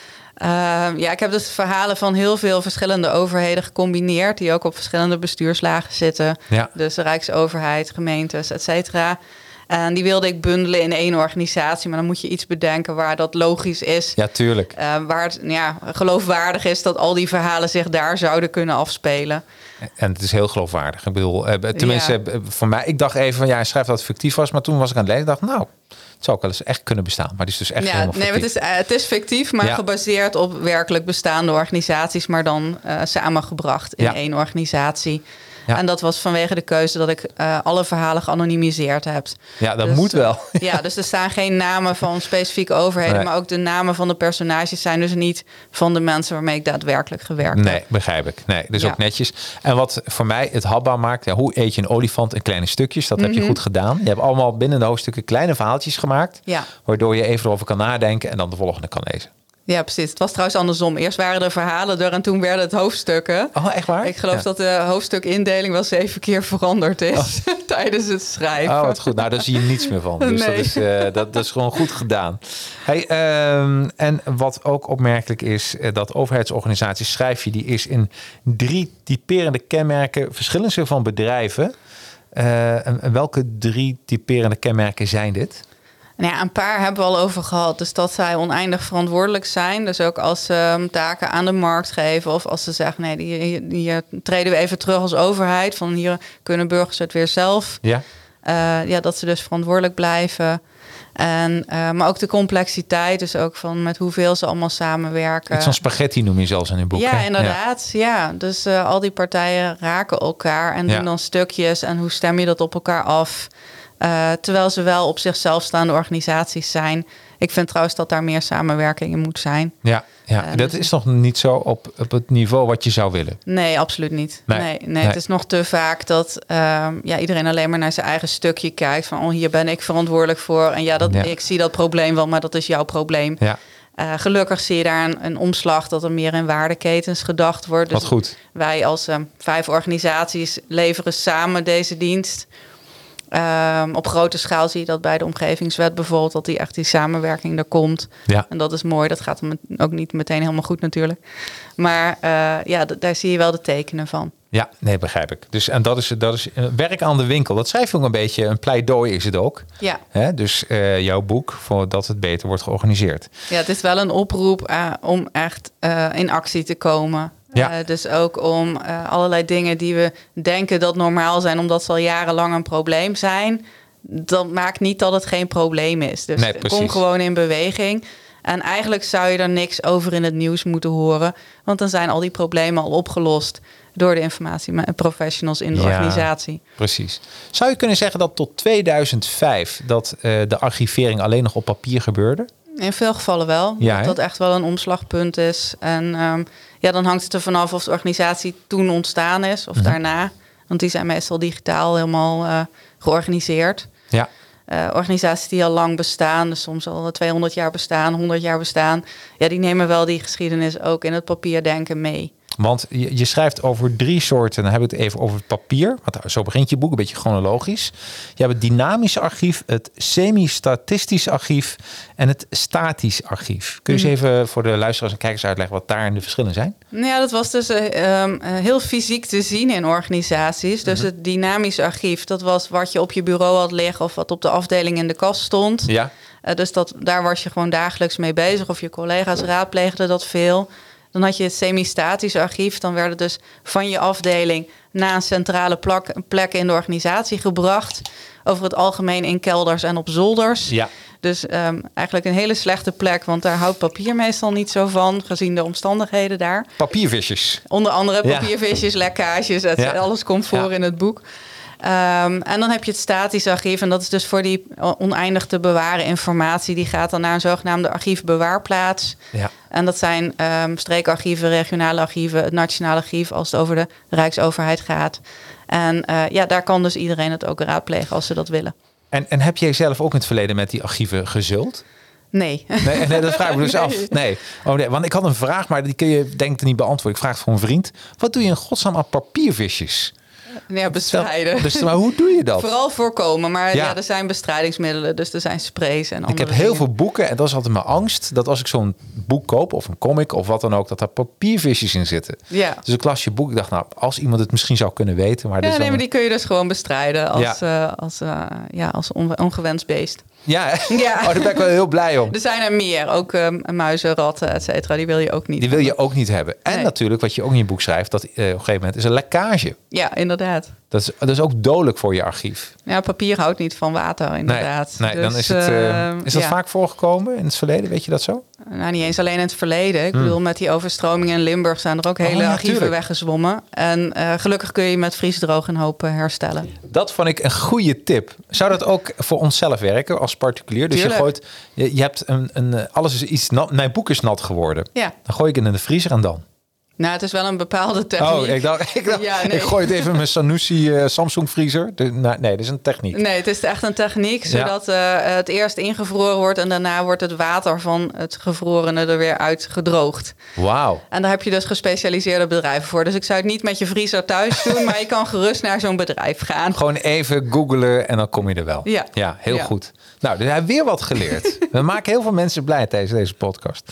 Uh, ja, ik heb dus verhalen van heel veel verschillende overheden gecombineerd... die ook op verschillende bestuurslagen zitten. Ja. Dus de Rijksoverheid, gemeentes, et cetera... En die wilde ik bundelen in één organisatie. Maar dan moet je iets bedenken waar dat logisch is. Ja, tuurlijk. Uh, waar het ja, geloofwaardig is dat al die verhalen zich daar zouden kunnen afspelen. En het is heel geloofwaardig. Ik bedoel, tenminste, ja. voor mij... Ik dacht even van, ja, schrijf dat het fictief was. Maar toen was ik aan het lezen dacht, nou... Het zou ook wel eens echt kunnen bestaan. Maar het is dus echt ja, helemaal fictief. Nee, het is, uh, het is fictief, maar ja. gebaseerd op werkelijk bestaande organisaties. Maar dan uh, samengebracht in ja. één organisatie. Ja. En dat was vanwege de keuze dat ik uh, alle verhalen geanonimiseerd heb. Ja, dat dus, moet wel. Ja, dus er staan geen namen van specifieke overheden... Nee. maar ook de namen van de personages zijn dus niet van de mensen... waarmee ik daadwerkelijk gewerkt nee, heb. Nee, begrijp ik. Nee, dus ja. ook netjes. En wat voor mij het hapbaar maakt... Ja, hoe eet je een olifant in kleine stukjes? Dat mm-hmm. heb je goed gedaan. Je hebt allemaal binnen de hoofdstukken kleine verhaaltjes gemaakt... Ja. waardoor je even erover kan nadenken... en dan de volgende kan lezen. Ja, precies. Het was trouwens andersom. Eerst waren de verhalen er en toen werden het hoofdstukken. Oh, echt waar? Ik geloof ja. dat de hoofdstukindeling wel zeven keer veranderd is oh. tijdens het schrijven. Oh, wat goed. Nou, daar zie je niets meer van. Dus nee. dat, is, uh, dat, dat is gewoon goed gedaan. Hey, um, en wat ook opmerkelijk is, uh, dat overheidsorganisaties schrijf je, die is in drie typerende kenmerken, verschillen ze van bedrijven. Uh, en, en welke drie typerende kenmerken zijn dit? Nou ja, een paar hebben we al over gehad. Dus dat zij oneindig verantwoordelijk zijn. Dus ook als ze um, taken aan de markt geven... of als ze zeggen, nee, die, die treden we even terug als overheid... van hier kunnen burgers het weer zelf. Ja, uh, ja dat ze dus verantwoordelijk blijven. En, uh, maar ook de complexiteit, dus ook van met hoeveel ze allemaal samenwerken. Het zo'n spaghetti noem je zelfs in het boek. Ja, hè? inderdaad. Ja. ja. Dus uh, al die partijen raken elkaar en ja. doen dan stukjes. En hoe stem je dat op elkaar af? Uh, terwijl ze wel op zichzelf staande organisaties zijn. Ik vind trouwens dat daar meer samenwerking in moet zijn. Ja, ja. Uh, dat dus is nog niet zo op, op het niveau wat je zou willen. Nee, absoluut niet. Nee, nee, nee, nee. Het is nog te vaak dat uh, ja, iedereen alleen maar naar zijn eigen stukje kijkt. Van, oh, hier ben ik verantwoordelijk voor. En ja, dat, ja. ik zie dat probleem wel, maar dat is jouw probleem. Ja. Uh, gelukkig zie je daar een, een omslag dat er meer in waardeketens gedacht wordt. Dus wat goed. Wij als uh, vijf organisaties leveren samen deze dienst. Um, op grote schaal zie je dat bij de omgevingswet bijvoorbeeld, dat die echt die samenwerking er komt. Ja. En dat is mooi. Dat gaat ook niet meteen helemaal goed natuurlijk. Maar uh, ja, d- daar zie je wel de tekenen van. Ja, nee, begrijp ik. Dus en dat is, dat is uh, werk aan de winkel. Dat schrijf je ook een beetje, een pleidooi is het ook. Ja. Hè? Dus uh, jouw boek, voor dat het beter wordt georganiseerd. Ja, het is wel een oproep uh, om echt uh, in actie te komen. Ja. Uh, dus ook om uh, allerlei dingen die we denken dat normaal zijn, omdat ze al jarenlang een probleem zijn. Dat maakt niet dat het geen probleem is. Dus nee, kom gewoon in beweging. En eigenlijk zou je er niks over in het nieuws moeten horen. Want dan zijn al die problemen al opgelost door de informatieprofessionals in de ja, organisatie. Precies. Zou je kunnen zeggen dat tot tweeduizend vijf dat uh, de archivering alleen nog op papier gebeurde? In veel gevallen wel. Ja, dat dat echt wel een omslagpunt is. En um, ja, dan hangt het er vanaf of de organisatie toen ontstaan is of mm-hmm. daarna. Want die zijn meestal digitaal helemaal uh, georganiseerd. Ja. Uh, organisaties die al lang bestaan, dus soms al tweehonderd jaar bestaan, honderd jaar bestaan. Ja, die nemen wel die geschiedenis ook in het papierdenken mee. Want je, je schrijft over drie soorten. Dan heb ik het even over het papier. Want zo begint je boek, een beetje chronologisch. Je hebt het dynamische archief, het semi-statistisch archief en het statisch archief. Kun je eens even voor de luisteraars en kijkers uitleggen wat daar de verschillen zijn? Ja, dat was dus uh, um, heel fysiek te zien in organisaties. Dus mm-hmm. het dynamische archief, dat was wat je op je bureau had liggen of wat op de afdeling in de kast stond. Ja. Uh, dus dat, daar was je gewoon dagelijks mee bezig of je collega's raadpleegden dat veel. Dan had je het semi-statisch archief. Dan werd het dus van je afdeling naar een centrale plek, plek in de organisatie gebracht. Over het algemeen in kelders en op zolders. Ja. Dus um, eigenlijk een hele slechte plek, want daar houdt papier meestal niet zo van, gezien de omstandigheden daar. Papiervisjes. Onder andere papiervisjes, ja. lekkages, et ja. alles komt voor ja. in het boek. Um, en dan heb je het statisch archief. En dat is dus voor die oneindig te bewaren informatie. Die gaat dan naar een zogenaamde archiefbewaarplaats. Ja. En dat zijn um, streekarchieven, regionale archieven, het nationale archief als het over de Rijksoverheid gaat. En uh, ja, daar kan dus iedereen het ook raadplegen als ze dat willen. En, en heb jij zelf ook in het verleden met die archieven gezult? Nee. Nee, nee, dat vraag ik me dus nee. af. Nee. Oh, nee. Want ik had een vraag, maar die kun je denk ik niet beantwoorden. Ik vraag het voor een vriend. Wat doe je in godsnaam aan papiervisjes? Ja, bestrijden. Dus, maar hoe doe je dat? Vooral voorkomen, maar ja. ja, er zijn bestrijdingsmiddelen, dus er zijn sprays en andere Ik heb dingen. heel veel boeken en dat is altijd mijn angst, dat als ik zo'n boek koop of een comic of wat dan ook, dat daar papiervisjes in zitten. Ja. Dus ik las je boek, ik dacht nou, als iemand het misschien zou kunnen weten. Maar ja, nee, maar een... die kun je dus gewoon bestrijden als, ja. uh, als, uh, ja, als on- ongewenst beest. Ja, ja. Oh, daar ben ik wel heel blij om. Er zijn er meer, ook um, muizen, ratten, et cetera. Die wil je ook niet Die hebben. wil je ook niet hebben. En nee. natuurlijk, wat je ook in je boek schrijft, dat uh, op een gegeven moment is een lekkage. Ja, inderdaad. Dat is, dat is ook dodelijk voor je archief. Ja, papier houdt niet van water, inderdaad. Nee, nee dus, dan is het. Uh, is dat ja. vaak voorgekomen in het verleden? Weet je dat zo? Nou, niet eens alleen in het verleden. Ik hmm. bedoel, met die overstroming in Limburg zijn er ook hele oh, archieven tuurlijk. weggezwommen. En uh, gelukkig kun je met vriesdroog een hoop uh, herstellen. Dat vond ik een goede tip. Zou dat ook voor onszelf werken als particulier? Dus tuurlijk. je gooit, je, je hebt een, een, alles is iets nat. Mijn boek is nat geworden. Ja. Dan gooi ik het in de vriezer en dan. Nou, het is wel een bepaalde techniek. Oh, ik dacht, ik, dacht, ja, nee. ik gooi het even in mijn Sanusi uh, Samsung vriezer. De, nou, nee, dat is een techniek. Nee, het is echt een techniek, zodat ja. uh, het eerst ingevroren wordt en daarna wordt het water van het gevrorene er weer uitgedroogd. Wauw. En daar heb je dus gespecialiseerde bedrijven voor. Dus ik zou het niet met je vriezer thuis doen, maar je kan gerust naar zo'n bedrijf gaan. Gewoon even googlen en dan kom je er wel. Ja, ja heel ja. goed. Nou, dus hij heeft weer wat geleerd. We maken heel veel mensen blij tijdens deze podcast.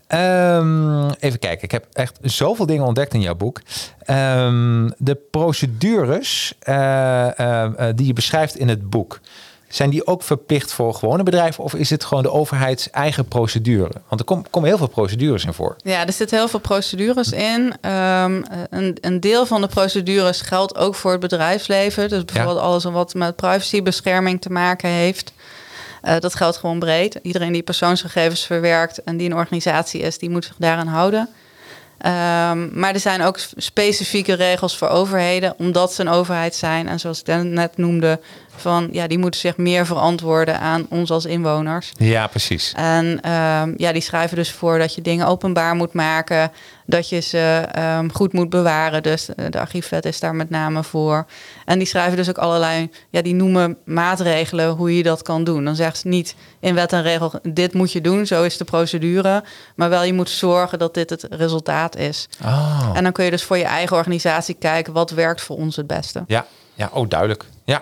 Um, even kijken, ik heb echt zoveel dingen ontdekt in jouw boek. Um, de procedures uh, uh, uh, die je beschrijft in het boek, zijn die ook verplicht voor gewone bedrijven of is het gewoon de overheids eigen procedure? Want er kom, komen heel veel procedures in voor. Ja, er zitten heel veel procedures in. Um, een, een deel van de procedures geldt ook voor het bedrijfsleven. Dus bijvoorbeeld ja. alles wat met privacybescherming te maken heeft. Uh, dat geldt gewoon breed. Iedereen die persoonsgegevens verwerkt en die een organisatie is, die moet zich daaraan houden. Um, maar er zijn ook specifieke regels voor overheden, omdat ze een overheid zijn. En zoals ik net noemde, van ja, die moeten zich meer verantwoorden aan ons als inwoners. Ja, precies. En um, ja, die schrijven dus voor dat je dingen openbaar moet maken, dat je ze um, goed moet bewaren. Dus de archiefwet is daar met name voor. En die schrijven dus ook allerlei, ja, die noemen maatregelen hoe je dat kan doen. Dan zeggen ze niet in wet en regel, dit moet je doen, zo is de procedure. Maar wel, je moet zorgen dat dit het resultaat is. Oh. En dan kun je dus voor je eigen organisatie kijken, wat werkt voor ons het beste. Ja, ja, oh, duidelijk. Ja.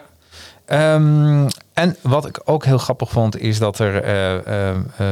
Um, en wat ik ook heel grappig vond, is dat er... Uh, uh,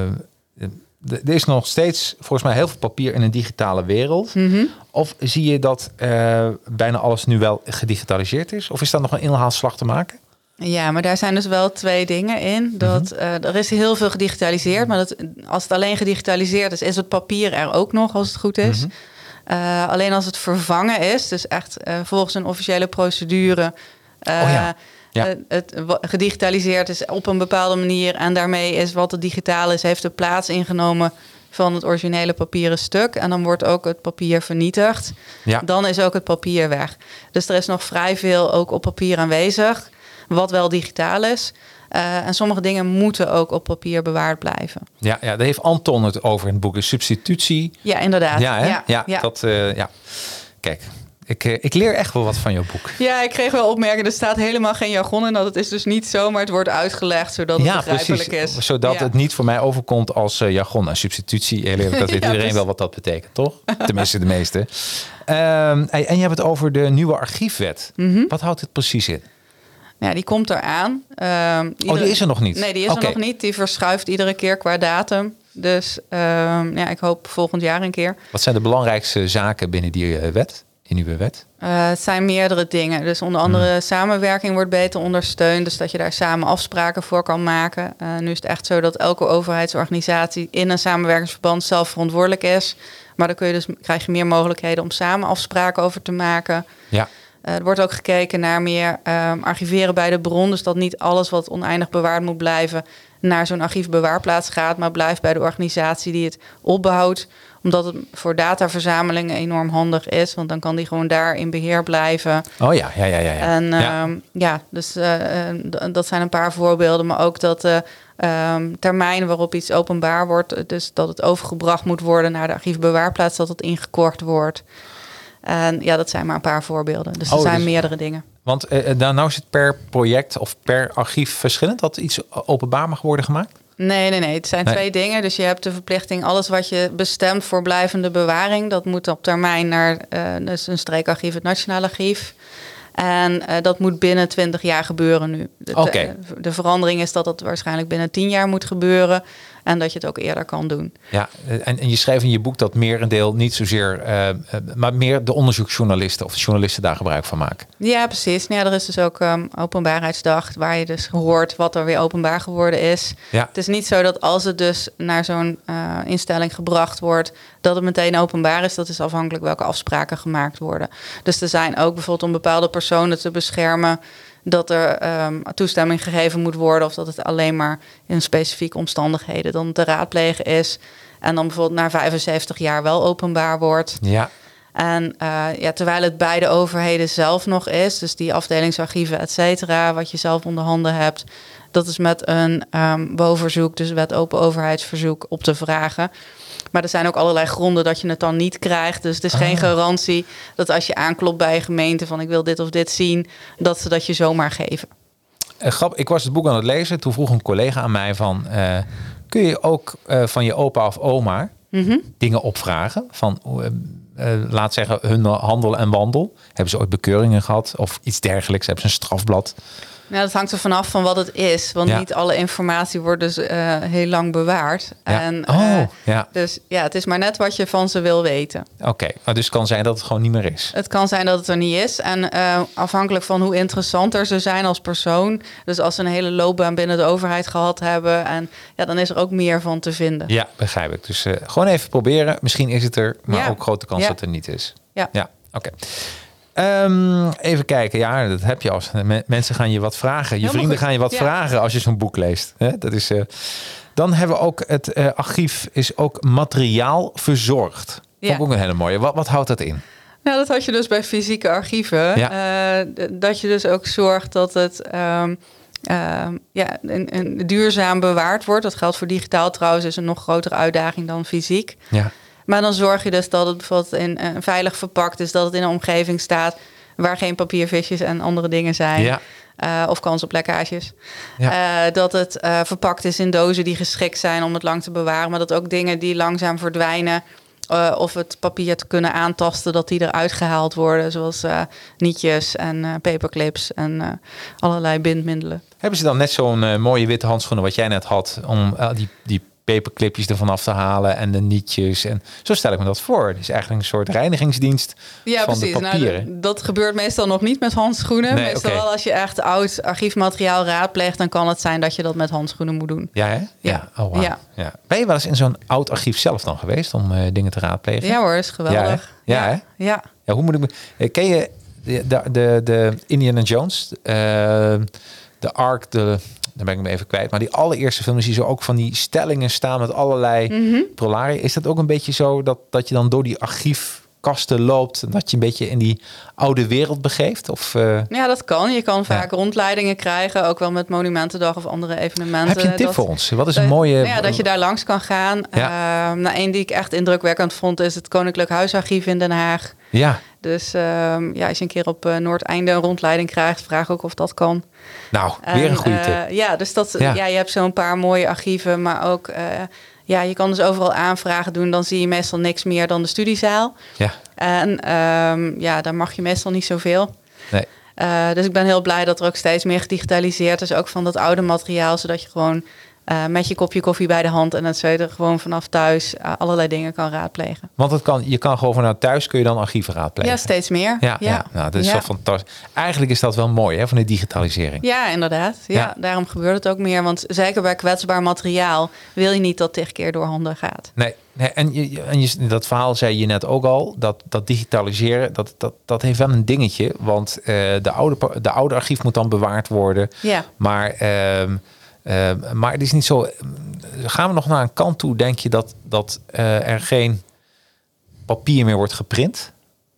uh, er is nog steeds volgens mij heel veel papier in een digitale wereld. Mm-hmm. Of zie je dat uh, bijna alles nu wel gedigitaliseerd is? Of is daar nog een inhaalslag te maken? Ja, maar daar zijn dus wel twee dingen in. Dat, mm-hmm. uh, er is heel veel gedigitaliseerd, maar dat, als het alleen gedigitaliseerd is, is het papier er ook nog, als het goed is. Mm-hmm. Uh, alleen als het vervangen is, dus echt uh, volgens een officiële procedure... Uh, oh ja. Ja. Uh, het gedigitaliseerd is op een bepaalde manier en daarmee is wat het digitaal is, heeft de plaats ingenomen van het originele papieren stuk. En dan wordt ook het papier vernietigd. Ja. Dan is ook het papier weg. Dus er is nog vrij veel ook op papier aanwezig, wat wel digitaal is. Uh, en sommige dingen moeten ook op papier bewaard blijven. Ja, ja, daar heeft Anton het over in het boek. Een substitutie. Ja, inderdaad. Ja, hè? Ja, ja, ja. Dat, uh, ja. Kijk, ik, uh, ik leer echt wel wat van jouw boek. Ja, ik kreeg wel opmerkingen. Er staat helemaal geen jargon in. Dat is dus niet zo, maar het wordt uitgelegd zodat het ja, begrijpelijk precies. is. Zodat ja. het niet voor mij overkomt als uh, jargon. En substitutie, heel eerlijk, dat weet ja, iedereen dus... wel wat dat betekent, toch? Tenminste, de meeste. Um, en je hebt het over de nieuwe archiefwet. Mm-hmm. Wat houdt het precies in? Ja, die komt eraan. Uh, iedere... Oh, die is er nog niet? Nee, die is okay. er nog niet. Die verschuift iedere keer qua datum. Dus uh, ja, ik hoop volgend jaar een keer. Wat zijn de belangrijkste zaken binnen die uh, wet? In uw wet? Uh, het zijn meerdere dingen. Dus onder andere hmm. samenwerking wordt beter ondersteund. Dus dat je daar samen afspraken voor kan maken. Uh, nu is het echt zo dat elke overheidsorganisatie in een samenwerkingsverband zelf verantwoordelijk is. Maar dan kun je dus, krijg je meer mogelijkheden om samen afspraken over te maken. Ja. Uh, er wordt ook gekeken naar meer um, archiveren bij de bron. Dus dat niet alles wat oneindig bewaard moet blijven naar zo'n archiefbewaarplaats gaat, maar blijft bij de organisatie die het opbouwt. Omdat het voor dataverzameling enorm handig is. Want dan kan die gewoon daar in beheer blijven. Oh ja, ja, ja. ja, ja. En ja. Um, ja, dus uh, d- dat zijn een paar voorbeelden. Maar ook dat de uh, um, termijn waarop iets openbaar wordt, dus dat het overgebracht moet worden naar de archiefbewaarplaats, dat het ingekort wordt. En ja, dat zijn maar een paar voorbeelden. Dus er oh, zijn dus, meerdere dingen. Want uh, nou is het per project of per archief verschillend dat iets openbaar mag worden gemaakt? Nee, nee, nee. Het zijn nee. twee dingen. Dus je hebt de verplichting, alles wat je bestemt voor blijvende bewaring, dat moet op termijn naar uh, dus een streekarchief, het Nationaal Archief. En uh, dat moet binnen twintig jaar gebeuren nu. De, okay. de, de verandering is dat het waarschijnlijk binnen tien jaar moet gebeuren. En dat je het ook eerder kan doen. Ja, en, en je schrijft in je boek dat merendeel niet zozeer, uh, maar meer de onderzoeksjournalisten of de journalisten daar gebruik van maken. Ja, precies. Ja, er is dus ook um, openbaarheidsdag, waar je dus hoort wat er weer openbaar geworden is. Ja. Het is niet zo dat als het dus naar zo'n uh, instelling gebracht wordt, dat het meteen openbaar is. Dat is afhankelijk welke afspraken gemaakt worden. Dus er zijn ook bijvoorbeeld om bepaalde personen te beschermen, dat er um, toestemming gegeven moet worden, of dat het alleen maar in specifieke omstandigheden dan te raadplegen is. En dan bijvoorbeeld na vijfenzeventig jaar wel openbaar wordt. Ja. En uh, ja, terwijl het bij de overheden zelf nog is, dus die afdelingsarchieven, et cetera, wat je zelf onder handen hebt, dat is met een um, bovenverzoek, dus wet open overheidsverzoek, op te vragen. Maar er zijn ook allerlei gronden dat je het dan niet krijgt. Dus het is ah. geen garantie dat als je aanklopt bij een gemeente van ik wil dit of dit zien, dat ze dat je zomaar geven. Uh, grap, ik was het boek aan het lezen. Toen vroeg een collega aan mij van, uh, kun je ook uh, van je opa of oma mm-hmm. dingen opvragen? Van, uh, uh, laat zeggen, hun handel en wandel. Hebben ze ooit bekeuringen gehad of iets dergelijks? Hebben ze een strafblad? Ja, dat hangt er vanaf van wat het is. Want ja. niet alle informatie wordt dus uh, heel lang bewaard. Ja. En, oh, uh, ja. Dus ja, het is maar net wat je van ze wil weten. Oké, okay. Dus het kan zijn dat het gewoon niet meer is. Het kan zijn dat het er niet is. En uh, afhankelijk van hoe interessanter ze zijn als persoon. Dus als ze een hele loopbaan binnen de overheid gehad hebben. En ja, dan is er ook meer van te vinden. Ja, begrijp ik. Dus uh, gewoon even proberen. Misschien is het er, maar ja. ook grote kans ja. dat het er niet is. Ja, ja oké. Okay. Um, even kijken, ja, dat heb je als mensen gaan je wat vragen. Je Helemaal vrienden goed. gaan je wat ja. vragen als je zo'n boek leest. He, dat is, uh... Dan hebben we ook het uh, archief is ook materiaal verzorgd. Vond ik ook een hele mooie. Wat, wat houdt dat in? Nou, dat had je dus bij fysieke archieven. Ja. Uh, d- dat je dus ook zorgt dat het um, uh, ja, een, een duurzaam bewaard wordt. Dat geldt voor digitaal trouwens, is een nog grotere uitdaging dan fysiek. Ja. Maar dan zorg je dus dat het bijvoorbeeld in, uh, veilig verpakt is, dat het in een omgeving staat waar geen papiervisjes en andere dingen zijn. Ja. Uh, of kans op lekkages. Ja. Uh, dat het uh, verpakt is in dozen die geschikt zijn om het lang te bewaren. Maar dat ook dingen die langzaam verdwijnen, Uh, of het papier te kunnen aantasten, dat die eruit gehaald worden. Zoals uh, nietjes en uh, paperclips en uh, allerlei bindmiddelen. Hebben ze dan net zo'n uh, mooie witte handschoenen wat jij net had, om uh, die, die paperclipjes ervan af te halen en de nietjes? En zo stel ik me dat voor. Het is eigenlijk een soort reinigingsdienst ja, van precies. de papieren. Nou, dat gebeurt meestal nog niet met handschoenen. Nee, meestal okay. wel als je echt oud archiefmateriaal raadpleegt, dan kan het zijn dat je dat met handschoenen moet doen. Ja, hè? Ja. Ja. Oh, wow. Ja. Ja. Ben je wel eens in zo'n oud archief zelf dan geweest om uh, dingen te raadplegen? Ja hoor, is geweldig. Ja, hè? Ja, ja. hè? Ja. Ja, hoe moet ik me... Ken je de, de, de, de Indiana Jones? Uh, de Ark, de... Dan ben ik me even kwijt. Maar die allereerste film zie je zo ook van die stellingen staan met allerlei Mm-hmm. prolaria. Is dat ook een beetje zo dat, dat je dan door die archiefkasten loopt en dat je een beetje in die oude wereld begeeft? Of, uh... Ja, dat kan. Je kan vaak Ja. rondleidingen krijgen, ook wel met Monumentendag of andere evenementen. Heb je een tip dat, voor ons? Wat is een dat, mooie... nou ja, dat je daar langs kan gaan. Ja. Uh, nou, één die ik echt indrukwekkend vond is het Koninklijk Huisarchief in Den Haag. Ja. Dus uh, ja, als je een keer op uh, Noordeinde een rondleiding krijgt, vraag ook of dat kan. Nou, En, weer een goede uh, tip. Ja, dus dat, Ja. ja. je hebt zo'n paar mooie archieven, maar ook... Uh, ja, je kan dus overal aanvragen doen. Dan zie je meestal niks meer dan de studiezaal. Ja. En um, ja, daar mag je meestal niet zoveel. Nee. Uh, dus ik ben heel blij dat er ook steeds meer gedigitaliseerd is. Ook van dat oude materiaal, zodat je gewoon uh, met je kopje koffie bij de hand en dat je er gewoon vanaf thuis uh, allerlei dingen kan raadplegen. Want het kan, je kan gewoon vanuit thuis kun je dan archieven raadplegen. Ja, steeds meer. Ja, ja. ja nou, dat is ja. wel fantastisch. Eigenlijk is dat wel mooi, hè, van de digitalisering. Ja, inderdaad. Ja, Ja. Daarom gebeurt het ook meer. Want zeker bij kwetsbaar materiaal wil je niet dat tig keer door handen gaat. Nee, nee en, je, en je, dat verhaal zei je net ook al, dat, dat digitaliseren, dat, dat, dat heeft wel een dingetje. Want uh, de, oude, de oude archief moet dan bewaard worden. Ja. Maar, uh, uh, maar het is niet zo... Gaan we nog naar een kant toe, denk je, dat, dat uh, er geen papier meer wordt geprint?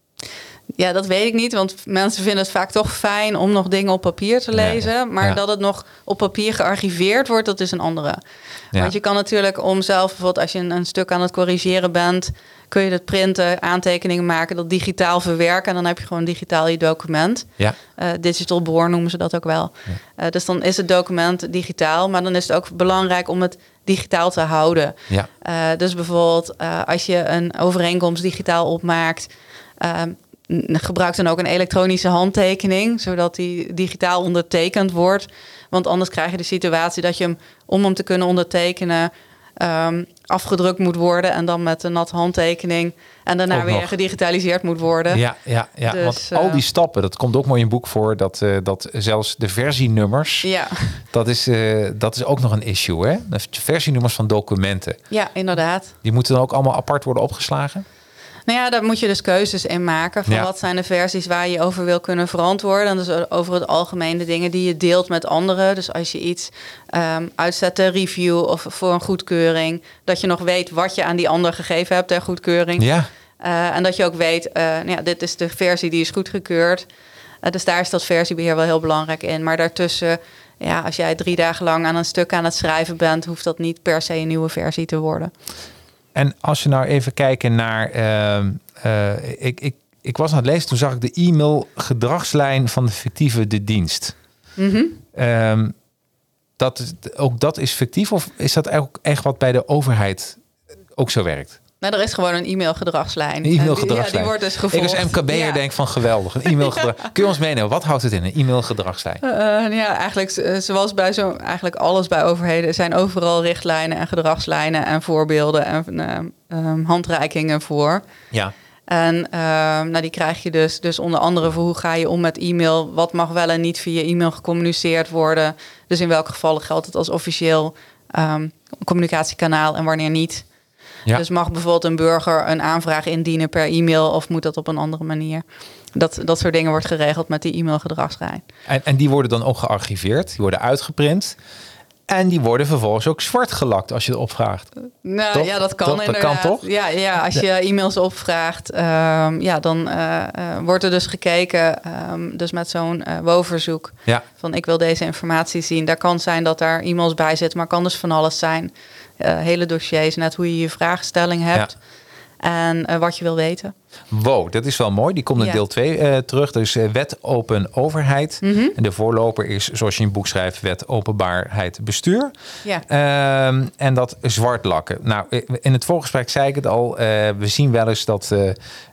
Ja, dat weet ik niet, want mensen vinden het vaak toch fijn om nog dingen op papier te lezen. Ja, maar ja. dat het nog op papier gearchiveerd wordt, dat is een andere. Ja. Want je kan natuurlijk om zelf, bijvoorbeeld als je een, een stuk aan het corrigeren bent, kun je het printen, aantekeningen maken, dat digitaal verwerken. En dan heb je gewoon digitaal je document. Ja. Uh, digital born noemen ze dat ook wel. Ja. Uh, dus dan is het document digitaal, maar dan is het ook belangrijk om het digitaal te houden. Ja. Uh, dus bijvoorbeeld uh, als je een overeenkomst digitaal opmaakt, Uh, gebruik dan ook een elektronische handtekening, zodat die digitaal ondertekend wordt. Want anders krijg je de situatie dat je hem, om hem te kunnen ondertekenen, um, afgedrukt moet worden en dan met een natte handtekening en daarna Ook weer nog. gedigitaliseerd moet worden. Ja, ja, ja. Dus, want uh, al die stappen, dat komt ook mooi in een boek voor, dat, uh, dat zelfs de versienummers, Ja, dat is, uh, dat is ook nog een issue, hè? De versienummers van documenten, ja, inderdaad. die moeten dan ook allemaal apart worden opgeslagen? Nou ja, daar moet je dus keuzes in maken. Van Ja. wat zijn de versies waar je over wil kunnen verantwoorden. En dus over het algemeen de dingen die je deelt met anderen. Dus als je iets um, uitzet ter review of voor een goedkeuring, dat je nog weet wat je aan die ander gegeven hebt ter goedkeuring. Ja. Uh, en dat je ook weet, uh, nou ja, dit is de versie die is goedgekeurd. Uh, dus daar is dat versiebeheer wel heel belangrijk in. Maar daartussen, ja, als jij drie dagen lang aan een stuk aan het schrijven bent, hoeft dat niet per se een nieuwe versie te worden. En als je nou even kijken naar... Uh, uh, ik, ik, ik was aan het lezen, toen zag ik de e-mail gedragslijn van de fictieve de dienst. Mm-hmm. Um, dat, ook dat is fictief of is dat ook echt wat bij de overheid ook zo werkt? Nou, er is gewoon een e-mailgedragslijn. Een e-mailgedragslijn. Ja, die wordt dus gevolgd. Ik als M K B'er ja. denk van geweldig. Een e-mailgedrag. Kun je ons meenemen? Wat houdt het in, een e-mailgedragslijn? Uh, ja, eigenlijk uh, zoals bij zo, eigenlijk alles bij overheden zijn overal richtlijnen en gedragslijnen en voorbeelden en uh, um, handreikingen voor. Ja. En uh, nou, die krijg je dus, dus onder andere voor hoe ga je om met e-mail. Wat mag wel en niet via e-mail gecommuniceerd worden. Dus in welke gevallen geldt het als officieel um, communicatiekanaal en wanneer niet. Ja. Dus mag bijvoorbeeld een burger een aanvraag indienen per e-mail of moet dat op een andere manier? Dat, dat soort dingen wordt geregeld met die e-mailgedragslijn. En, en die worden dan ook gearchiveerd, die worden uitgeprint. En die worden vervolgens ook zwart gelakt als je erop vraagt. Nou Toch? ja, dat kan Toch? Dat inderdaad. kan toch? Ja, ja, als je e-mails opvraagt, um, ja, dan uh, uh, wordt er dus gekeken, um, dus met zo'n uh, WOW-verzoek, Ja. van ik wil deze informatie zien. Daar kan zijn dat daar e-mails bij zitten, maar kan dus van alles zijn. Uh, hele dossiers, net hoe je je vraagstelling hebt. Ja. En uh, wat je wil weten. Wow, dat is wel mooi. Die komt in Ja. deel twee uh, terug. Dus uh, wet open overheid. Mm-hmm. En de voorloper is, zoals je in je boek schrijft, wet openbaarheid bestuur. Ja. Um, en dat zwart lakken. Nou, in het voorgesprek zei ik het al. Uh, we zien wel eens dat uh, uh,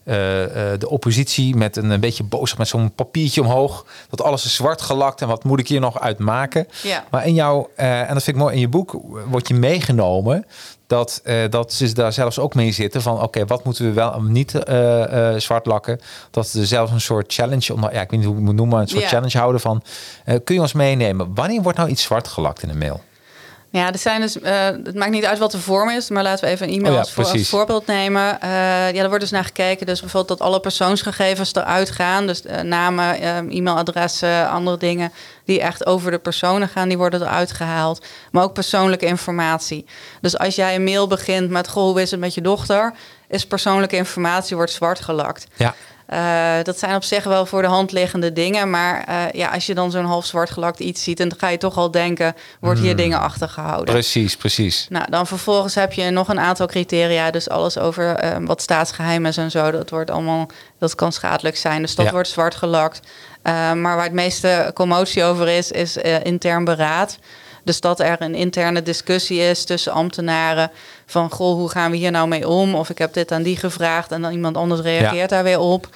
de oppositie met een, een beetje boos met zo'n papiertje omhoog. Dat alles is zwart gelakt en wat moet ik hier nog uitmaken. Ja. Maar in jouw, uh, en dat vind ik mooi, in je boek word je meegenomen. Dat, uh, dat ze daar zelfs ook mee zitten van oké, okay, wat moeten we wel niet uh, uh, zwart lakken? Dat ze zelfs een soort challenge, om, ja, ik weet niet hoe ik het moet noemen, een soort ja. challenge houden van uh, kun je ons meenemen? Wanneer wordt nou iets zwart gelakt in een mail? Ja, er zijn dus, uh, het maakt niet uit wat de vorm is, maar laten we even een e-mail oh ja, als, voor, als voorbeeld nemen. Uh, ja, er wordt dus naar gekeken, dus bijvoorbeeld dat alle persoonsgegevens eruit gaan. Dus uh, namen, uh, e-mailadressen, andere dingen die echt over de personen gaan, die worden eruit gehaald. Maar ook persoonlijke informatie. Dus als jij een mail begint met, goh, hoe is het met je dochter? Is persoonlijke informatie, wordt zwart gelakt. Ja. Uh, dat zijn op zich wel voor de hand liggende dingen. Maar uh, ja, als je dan zo'n half zwart gelakt iets ziet, dan ga je toch al denken, wordt hier mm. dingen achtergehouden. Precies, precies. Nou, dan vervolgens heb je nog een aantal criteria. Dus alles over uh, wat staatsgeheim is en zo. Dat wordt allemaal, dat kan schadelijk zijn. Dus dat ja. wordt zwart gelakt. Uh, maar waar het meeste commotie over is, is uh, intern beraad. Dus dat er een interne discussie is tussen ambtenaren van, goh, hoe gaan we hier nou mee om? Of ik heb dit aan die gevraagd en dan iemand anders reageert ja. daar weer op.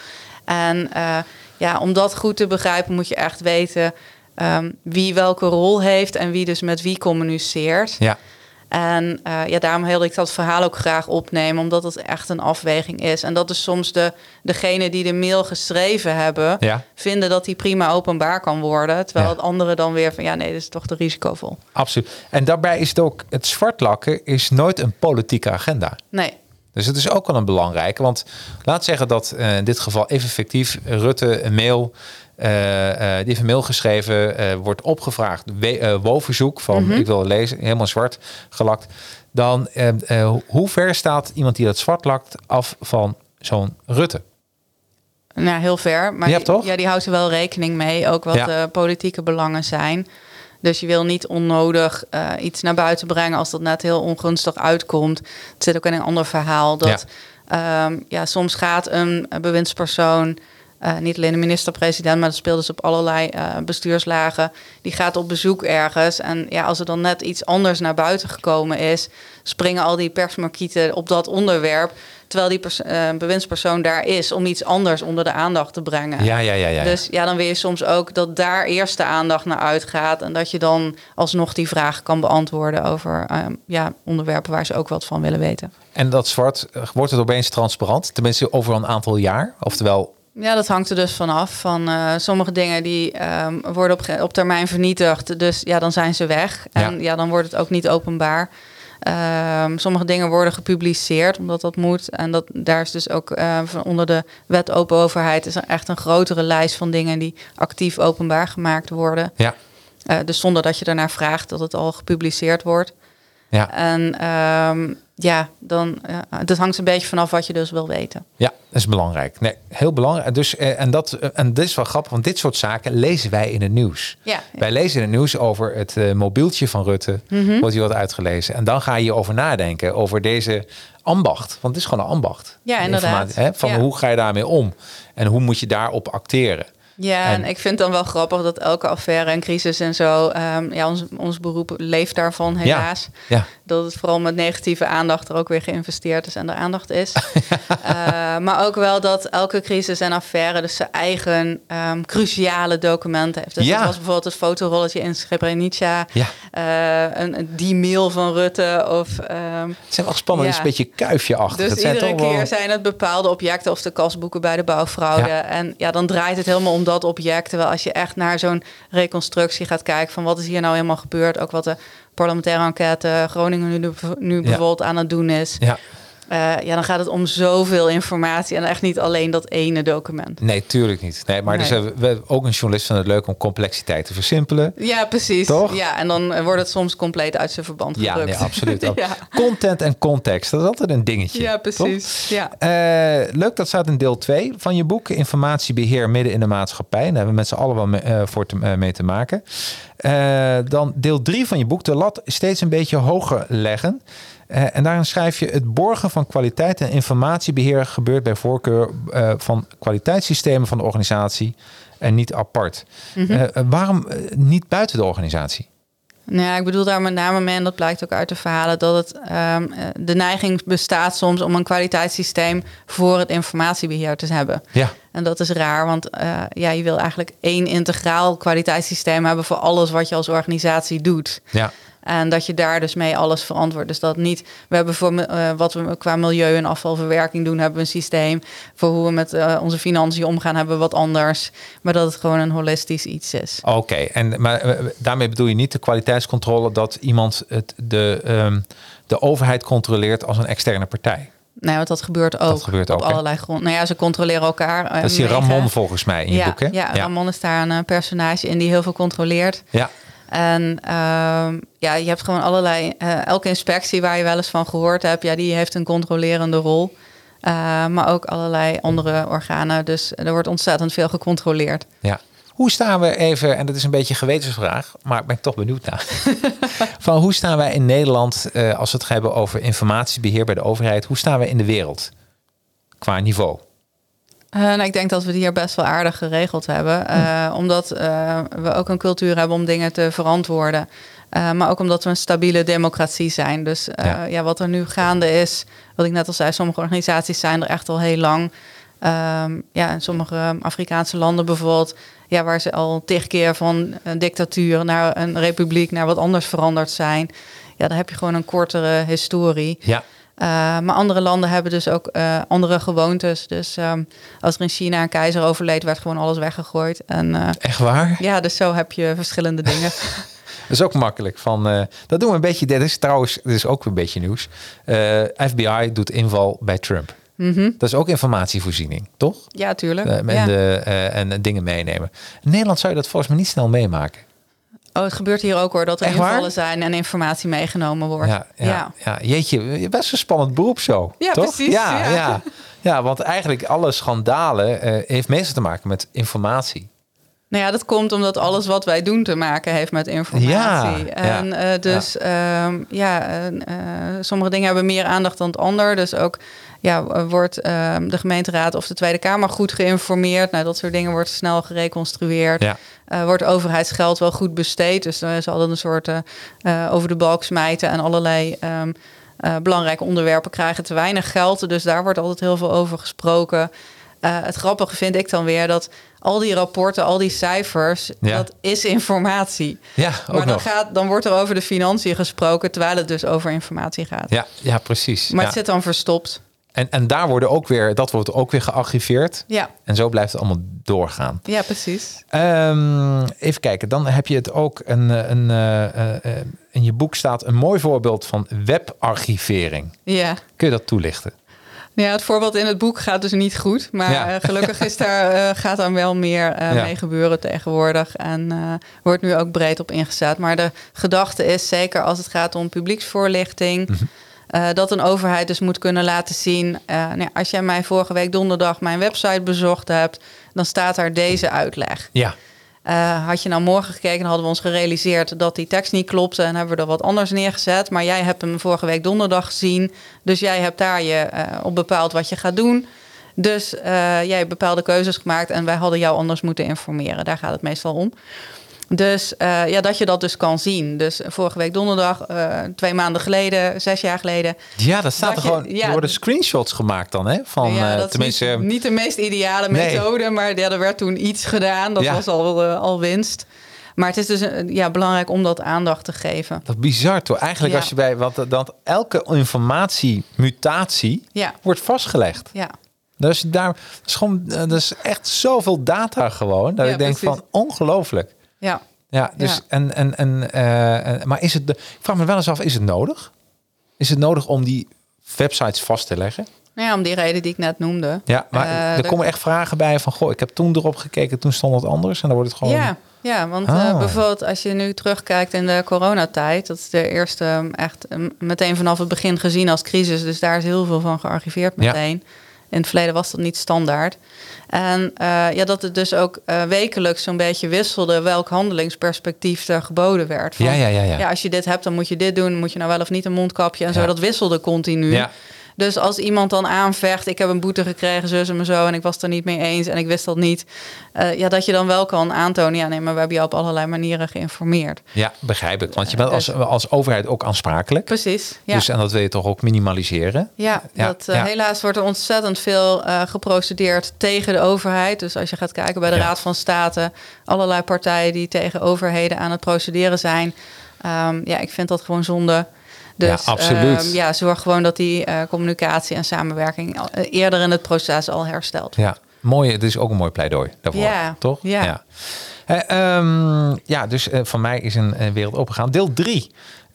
En uh, ja, om dat goed te begrijpen moet je echt weten um, wie welke rol heeft en wie dus met wie communiceert. Ja. En uh, ja, daarom wilde ik dat verhaal ook graag opnemen, omdat het echt een afweging is. En dat is soms de, degene die de mail geschreven hebben, ja. vinden dat die prima openbaar kan worden. Terwijl ja. het andere dan weer van, ja nee, dat is toch te risicovol. Absoluut. En daarbij is het ook, het zwartlakken is nooit een politieke agenda. Nee. Dus het is ook wel een belangrijke. Want laat zeggen dat uh, in dit geval even fictief Rutte een mail, uh, uh, die heeft een mail geschreven, uh, wordt opgevraagd, we, uh, WOW-verzoek van mm-hmm. ik wil lezen, helemaal zwart gelakt. Dan uh, uh, hoe ver staat iemand die dat zwart lakt af van zo'n Rutte? Nou, heel ver. Maar ja, die, toch? Ja, die houdt er wel rekening mee, ook wat ja. de politieke belangen zijn. Dus je wil niet onnodig uh, iets naar buiten brengen als dat net heel ongunstig uitkomt. Het zit ook in een ander verhaal. Dat ja. Um, ja, soms gaat een bewindspersoon, uh, niet alleen de minister-president, maar dat speelt dus op allerlei uh, bestuurslagen. Die gaat op bezoek ergens. En ja, als er dan net iets anders naar buiten gekomen is, springen al die persmarkieten op dat onderwerp. Terwijl die pers- uh, bewindspersoon daar is om iets anders onder de aandacht te brengen. Ja, ja, ja, ja. Dus ja, dan wil je soms ook dat daar eerst de aandacht naar uitgaat. En dat je dan alsnog die vragen kan beantwoorden over um, ja, onderwerpen waar ze ook wat van willen weten. En dat zwart, wordt het opeens transparant? Tenminste over een aantal jaar? Oftewel... Ja, dat hangt er dus vanaf. Van uh, sommige dingen die um, worden op, op termijn vernietigd. Dus ja, dan zijn ze weg. En ja, ja dan wordt het ook niet openbaar. Um, sommige dingen worden gepubliceerd, omdat dat moet. En dat, daar is dus ook uh, van onder de wet open overheid is er echt een grotere lijst van dingen die actief openbaar gemaakt worden. Ja. Uh, dus zonder dat je daarnaar vraagt dat het al gepubliceerd wordt. Ja. En um, ja, dan uh, dat hangt een beetje vanaf wat je dus wil weten. Ja, dat is belangrijk. Nee, heel belangrijk. Dus uh, en dat uh, en dit is wel grappig, want dit soort zaken lezen wij in het nieuws. Ja, ja. Wij lezen in het nieuws over het uh, mobieltje van Rutte, mm-hmm. wordt hier wat uitgelezen. En dan ga je over nadenken over deze ambacht, want het is gewoon een ambacht. Ja, inderdaad. Hè, van ja. hoe ga je daarmee om en hoe moet je daarop acteren? Ja, en, en ik vind dan wel grappig dat elke affaire en crisis en zo, um, ja, ons, ons beroep leeft daarvan helaas. Ja, ja. Dat het vooral met negatieve aandacht er ook weer geïnvesteerd is en er aandacht is. uh, maar ook wel dat elke crisis en affaire dus zijn eigen um, cruciale documenten heeft. Dus ja. dat was bijvoorbeeld het fotorolletje in Srebrenica, ja. uh, een, een, die mail van Rutte. Of, um, het zijn wel spannend, ja. een beetje kuifje-achtig. Dus het iedere zijn keer wel... zijn het bepaalde objecten of de kasboeken bij de bouwfraude. Ja. En ja, dan draait het helemaal om dat object. Terwijl als je echt naar zo'n reconstructie gaat kijken van wat is hier nou helemaal gebeurd, ook wat de parlementaire enquête Groningen nu, nu bijvoorbeeld ja. aan het doen is. Ja. Uh, ja, dan gaat het om zoveel informatie en echt niet alleen dat ene document. Nee, tuurlijk niet. Nee, maar nee. Dus, uh, we, ook een journalist vindt het leuk om complexiteit te versimpelen. Ja, precies. Toch? Ja, en dan wordt het soms compleet uit zijn verband gedrukt. Ja, nee, absoluut. ja. Content en context, dat is altijd een dingetje. Ja, precies. Ja. Uh, leuk, dat staat in deel twee van je boek. Informatiebeheer midden in de maatschappij. Daar hebben we met z'n allen wel mee, uh, voor te, uh, mee te maken. Uh, dan deel drie van je boek, de lat steeds een beetje hoger leggen. Uh, en daarin schrijf je: het borgen van kwaliteit en informatiebeheer gebeurt bij voorkeur uh, van kwaliteitssystemen van de organisatie en niet apart. Mm-hmm. Uh, waarom uh, niet buiten de organisatie? Nou ja, ik bedoel daar met name mee, en dat blijkt ook uit de verhalen, dat het um, de neiging bestaat soms om een kwaliteitssysteem voor het informatiebeheer te hebben. Ja. En dat is raar, want uh, ja, je wil eigenlijk één integraal kwaliteitssysteem hebben voor alles wat je als organisatie doet. Ja. En dat je daar dus mee alles verantwoordt. Dus dat niet, we hebben voor uh, wat we qua milieu en afvalverwerking doen, hebben we een systeem. Voor hoe we met uh, onze financiën omgaan, hebben we wat anders. Maar dat het gewoon een holistisch iets is. Oké, okay. en maar uh, daarmee bedoel je niet de kwaliteitscontrole dat iemand het, de, um, de overheid controleert als een externe partij? Nee, want dat gebeurt ook. Dat gebeurt ook op allerlei gronden. Nou ja, ze controleren elkaar. Uh, dat is die Ramon volgens mij in je ja, boek, hè? Ja, ja, Ramon is daar een uh, personage in die heel veel controleert. Ja. En uh, ja, je hebt gewoon allerlei... Uh, elke inspectie waar je wel eens van gehoord hebt, ja, die heeft een controlerende rol. Uh, maar ook allerlei andere organen. Dus er wordt ontzettend veel gecontroleerd. Ja. Hoe staan we even, en dat is een beetje een gewetensvraag, maar ben ik toch benieuwd naar. Van hoe staan wij in Nederland, uh, als we het hebben over informatiebeheer bij de overheid, hoe staan we in de wereld qua niveau? Uh, nou, ik denk dat we die hier best wel aardig geregeld hebben. Uh, hm. Omdat uh, we ook een cultuur hebben om dingen te verantwoorden. Uh, maar ook omdat we een stabiele democratie zijn. Dus uh, ja. Ja, wat er nu gaande is, wat ik net al zei, sommige organisaties zijn er echt al heel lang. Um, ja, in sommige Afrikaanse landen bijvoorbeeld, ja, waar ze al tig keer van een dictatuur naar een republiek, naar wat anders veranderd zijn. Ja, dan heb je gewoon een kortere historie. Ja. Uh, maar andere landen hebben dus ook uh, andere gewoontes. Dus um, als er in China een keizer overleed, werd gewoon alles weggegooid. En, uh, echt waar? Ja, dus zo heb je verschillende dingen. Dat is ook makkelijk. Van, uh, dat doen we een beetje. Dit is trouwens, dit is ook een beetje nieuws. Uh, F B I doet inval bij Trump. Mm-hmm. Dat is ook informatievoorziening, toch? Ja, tuurlijk. Uh, en, ja. De, uh, en dingen meenemen. In Nederland zou je dat volgens mij niet snel meemaken. Oh, het gebeurt hier ook hoor, dat er echt invallen waar? zijn en informatie meegenomen wordt. Ja, ja, ja. ja. Jeetje, best een spannend beroep zo. Ja, toch? precies. Ja, ja. Ja. Ja, want eigenlijk alle schandalen uh, heeft meestal te maken met informatie. Nou ja, dat komt omdat alles wat wij doen te maken heeft met informatie. Ja, en ja, uh, dus ja, um, ja uh, uh, sommige dingen hebben meer aandacht dan het ander. Dus ook ja, wordt uh, de gemeenteraad of de Tweede Kamer goed geïnformeerd. Nou, dat soort dingen wordt snel gereconstrueerd. Ja. Uh, wordt overheidsgeld wel goed besteed. Dus er is altijd een soort uh, uh, over de balk smijten en allerlei um, uh, belangrijke onderwerpen krijgen te weinig geld. Dus daar wordt altijd heel veel over gesproken. Uh, het grappige vind ik dan weer dat al die rapporten, al die cijfers, ja, dat is informatie. Ja, ook maar dan, nog. gaat, dan wordt er over de financiën gesproken, terwijl het dus over informatie gaat. Ja, ja precies. Maar ja. het zit dan verstopt. En, en daar worden ook weer, dat wordt ook weer gearchiveerd. Ja. En zo blijft het allemaal doorgaan. Ja, precies. Um, even kijken, dan heb je het ook een, een, uh, uh, in je boek staat een mooi voorbeeld van webarchivering. Ja. Kun je dat toelichten? Ja, het voorbeeld in het boek gaat dus niet goed. Maar ja. uh, gelukkig is daar, uh, gaat daar wel meer uh, ja. mee gebeuren tegenwoordig. En uh, wordt nu ook breed op ingezet. Maar de gedachte is, zeker als het gaat om publieksvoorlichting, mm-hmm. uh, dat een overheid dus moet kunnen laten zien. Uh, nou, als jij mij vorige week donderdag mijn website bezocht hebt, dan staat daar deze uitleg. Ja. Uh, had je nou morgen gekeken, dan hadden we ons gerealiseerd dat die tekst niet klopte en hebben we er wat anders neergezet. Maar jij hebt hem vorige week donderdag gezien. Dus jij hebt daar je uh, op bepaald wat je gaat doen. Dus uh, jij hebt bepaalde keuzes gemaakt en wij hadden jou anders moeten informeren. Daar gaat het meestal om. Dus uh, ja, dat je dat dus kan zien. Dus vorige week donderdag, uh, twee maanden geleden, zes jaar geleden. Ja, dat staat er je, gewoon. Ja, er worden screenshots gemaakt dan, hè? Van, ja, dat uh, tenminste, is niet, niet de meest ideale methode, nee. Maar ja, er werd toen iets gedaan. Dat ja. was al, uh, al winst. Maar het is dus uh, ja, belangrijk om dat aandacht te geven. Dat is bizar toch? Eigenlijk ja. als je bij want dat elke informatiemutatie ja. wordt vastgelegd. Ja. Dus daar is gewoon, dat is echt zoveel data gewoon. Dat ja, ik denk precies. van ongelooflijk. Ja. Ja, dus ja. en en en uh, maar is het de, ik vraag me wel eens af, is het nodig? Is het nodig om die websites vast te leggen? Nou ja, om die reden die ik net noemde. Ja, maar Uh, er komen echt vragen bij van... goh, ik heb toen erop gekeken, toen stond het anders. En dan wordt het gewoon... Ja, ja want ah. uh, bijvoorbeeld als je nu terugkijkt in de coronatijd... dat is de eerste echt um, meteen vanaf het begin gezien als crisis. Dus daar is heel veel van gearchiveerd meteen. Ja. In het verleden was dat niet standaard. En uh, ja, dat het dus ook uh, wekelijks zo'n beetje wisselde... welk handelingsperspectief er geboden werd. Van, ja, ja, ja, ja. ja, als je dit hebt, dan moet je dit doen. Moet je nou wel of niet een mondkapje en ja. zo. Dat wisselde continu. Ja. Dus als iemand dan aanvecht, ik heb een boete gekregen, zus en me zo, en ik was het er niet mee eens en ik wist dat niet. Uh, ja, dat je dan wel kan aantonen, ja nee, maar we hebben je op allerlei manieren geïnformeerd. Ja, begrijp ik. Want je bent als, als overheid ook aansprakelijk. Precies. Ja. Dus en dat wil je toch ook minimaliseren? Ja, ja, dat, uh, ja. helaas wordt er ontzettend veel uh, geprocedeerd tegen de overheid. Dus als je gaat kijken bij de ja. Raad van State, allerlei partijen die tegen overheden aan het procederen zijn. Um, ja, ik vind dat gewoon zonde. Dus ja, absoluut. Uh, ja, zorg gewoon dat die uh, communicatie en samenwerking al, uh, eerder in het proces al herstelt. Ja, mooi. Het is ook een mooi pleidooi daarvoor, ja, toch? Ja. Ja, uh, um, ja dus uh, van mij is een uh, wereld opengegaan. Deel drie.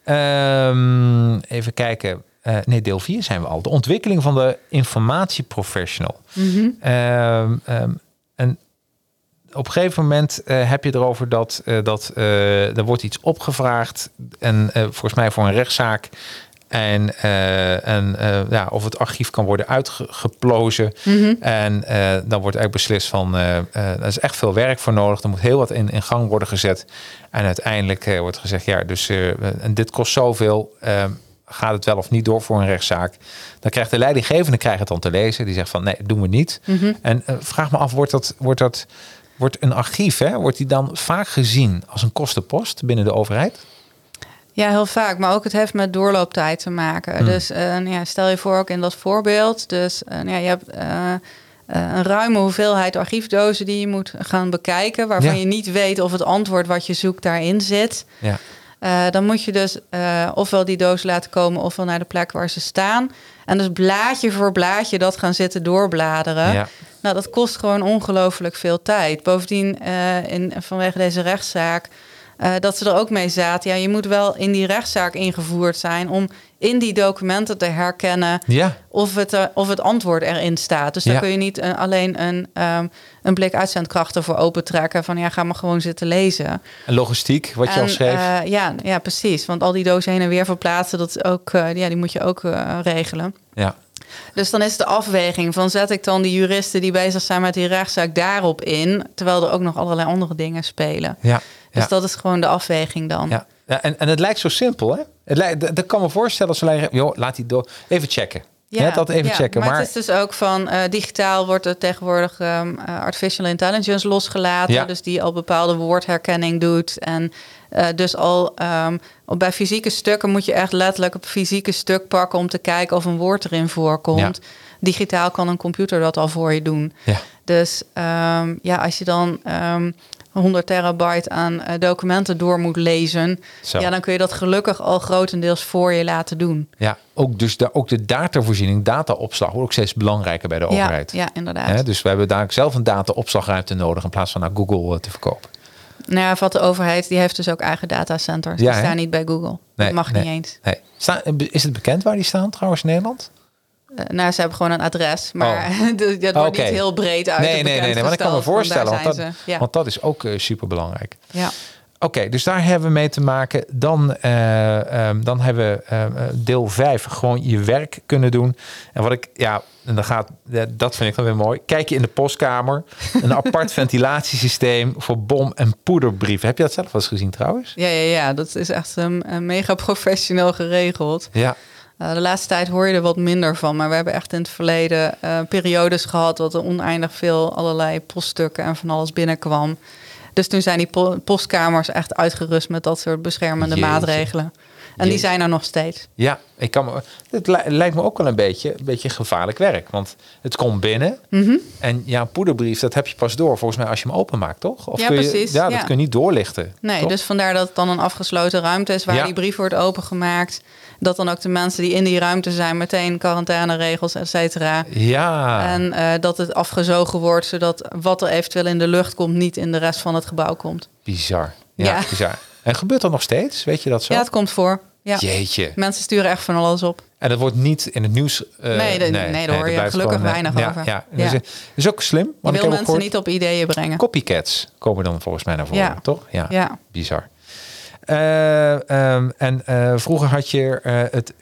Um, even kijken. Uh, nee, deel vier zijn we al. De ontwikkeling van de informatieprofessional. Mm-hmm. Um, um, en op een gegeven moment uh, heb je erover dat, uh, dat uh, er wordt iets opgevraagd. En uh, volgens mij voor een rechtszaak. En, uh, en uh, ja, of het archief kan worden uitgeplozen. Mm-hmm. En uh, dan wordt eigenlijk beslist van... Uh, uh, er is echt veel werk voor nodig. Er moet heel wat in, in gang worden gezet. En uiteindelijk uh, wordt gezegd... ja, dus uh, en dit kost zoveel... Uh, gaat het wel of niet door voor een rechtszaak? Dan krijgt de leidinggevende krijgt het dan te lezen. Die zegt van nee, doen we niet. Mm-hmm. En uh, vraag me af, wordt dat... Wordt dat Wordt een archief, hè, wordt die dan vaak gezien als een kostenpost binnen de overheid? Ja, heel vaak. Maar ook het heeft met doorlooptijd te maken. Hmm. Dus uh, ja, stel je voor ook in dat voorbeeld. Dus uh, ja, je hebt uh, uh, een ruime hoeveelheid archiefdozen die je moet gaan bekijken. Waarvan ja. je niet weet of het antwoord wat je zoekt daarin zit. Ja. Uh, dan moet je dus uh, ofwel die doos laten komen ofwel naar de plek waar ze staan. En dus blaadje voor blaadje dat gaan zitten doorbladeren. Ja. Nou, dat kost gewoon ongelooflijk veel tijd. Bovendien, uh, in, vanwege deze rechtszaak, uh, dat ze er ook mee zaten. Ja, je moet wel in die rechtszaak ingevoerd zijn om in die documenten te herkennen ja. of, het, uh, of het antwoord erin staat. Dus daar ja. kun je niet uh, alleen een, um, een blik uitzendkrachten voor opentrekken. Van ja, ga maar gewoon zitten lezen. En logistiek, wat je en, al schreef. Uh, ja, ja, precies. Want al die dozen heen en weer verplaatsen, dat is ook, uh, ja, die moet je ook uh, regelen. Ja. Dus dan is de afweging van zet ik dan die juristen die bezig zijn met die rechtszaak daarop in, terwijl er ook nog allerlei andere dingen spelen. Ja, dus ja. dat is gewoon de afweging dan. Ja. Ja, en, en het lijkt zo simpel, hè? Het lijkt, dat kan me voorstellen als ze zeggen, joh, laat die door, even checken. Ja, dat even ja, checken. Maar, maar het is dus ook van uh, digitaal wordt er tegenwoordig um, uh, artificial intelligence losgelaten. Ja. Dus die al bepaalde woordherkenning doet. En uh, dus al um, bij fysieke stukken moet je echt letterlijk een fysieke stuk pakken om te kijken of een woord erin voorkomt. Ja. Digitaal kan een computer dat al voor je doen. Ja. Dus um, ja, als je dan um, honderd terabyte aan uh, documenten door moet lezen, Zo. ja, dan kun je dat gelukkig al grotendeels voor je laten doen. Ja, ook dus de, ook de datavoorziening, dataopslag wordt ook steeds belangrijker bij de overheid. Ja, ja inderdaad. He, dus we hebben daar zelf een dataopslagruimte nodig in plaats van naar Google te verkopen. Nou ja, wat de overheid, die heeft dus ook eigen datacenters. Ja, die staan niet bij Google. Nee, dat mag nee, niet eens. Nee. Staan, is het bekend waar die staan trouwens in Nederland? Uh, nou, ze hebben gewoon een adres, maar oh. dat wordt oh, okay. niet heel breed uit. Nee, nee, nee, nee, want ik kan me voorstellen, want dat, ze, ja. want dat is ook uh, super belangrijk. Ja. Oké, okay, dus daar hebben we mee te maken. Dan, uh, um, dan hebben we uh, deel vijf, gewoon je werk kunnen doen. En wat ik, ja, en dan gaat, dat vind ik dan weer mooi. Kijk je in de postkamer, een apart ventilatiesysteem voor bom- en poederbrieven. Heb je dat zelf wel eens gezien trouwens? Ja, ja, ja, dat is echt um, mega professioneel geregeld. Ja. Uh, de laatste tijd hoor je er wat minder van. Maar we hebben echt in het verleden uh, periodes gehad dat er oneindig veel allerlei poststukken en van alles binnenkwam. Dus toen zijn die po- postkamers echt uitgerust met dat soort beschermende Jeetje. maatregelen. En Jeetje. die zijn er nog steeds. Ja, ik kan me, het lijkt me ook wel een beetje, een beetje gevaarlijk werk. Want het komt binnen. Mm-hmm. En ja, een poederbrief, dat heb je pas door volgens mij als je hem openmaakt, toch? Of ja, kun je, precies. Ja, dat ja. kun je niet doorlichten. Nee, toch? dus vandaar dat het dan een afgesloten ruimte is waar ja. die brief wordt opengemaakt. Dat dan ook de mensen die in die ruimte zijn meteen quarantaineregels, et cetera. Ja. En uh, dat het afgezogen wordt, zodat wat er eventueel in de lucht komt niet in de rest van het gebouw komt. Bizar. Ja, ja. bizar. En gebeurt dat nog steeds? Weet je dat zo? Ja, het komt voor. Ja. Jeetje. Mensen sturen echt van alles op. En dat wordt niet in het nieuws... Uh, nee, de, nee, nee, daar hoor je gelukkig gewoon, weinig ja, over. Ja, ja. Dat is ook slim. Je wil mensen gehoord, niet op ideeën brengen. Copycats komen dan volgens mij naar voren, ja. toch? Ja, ja. Bizar. Uh, um, en uh, vroeger had je uh, het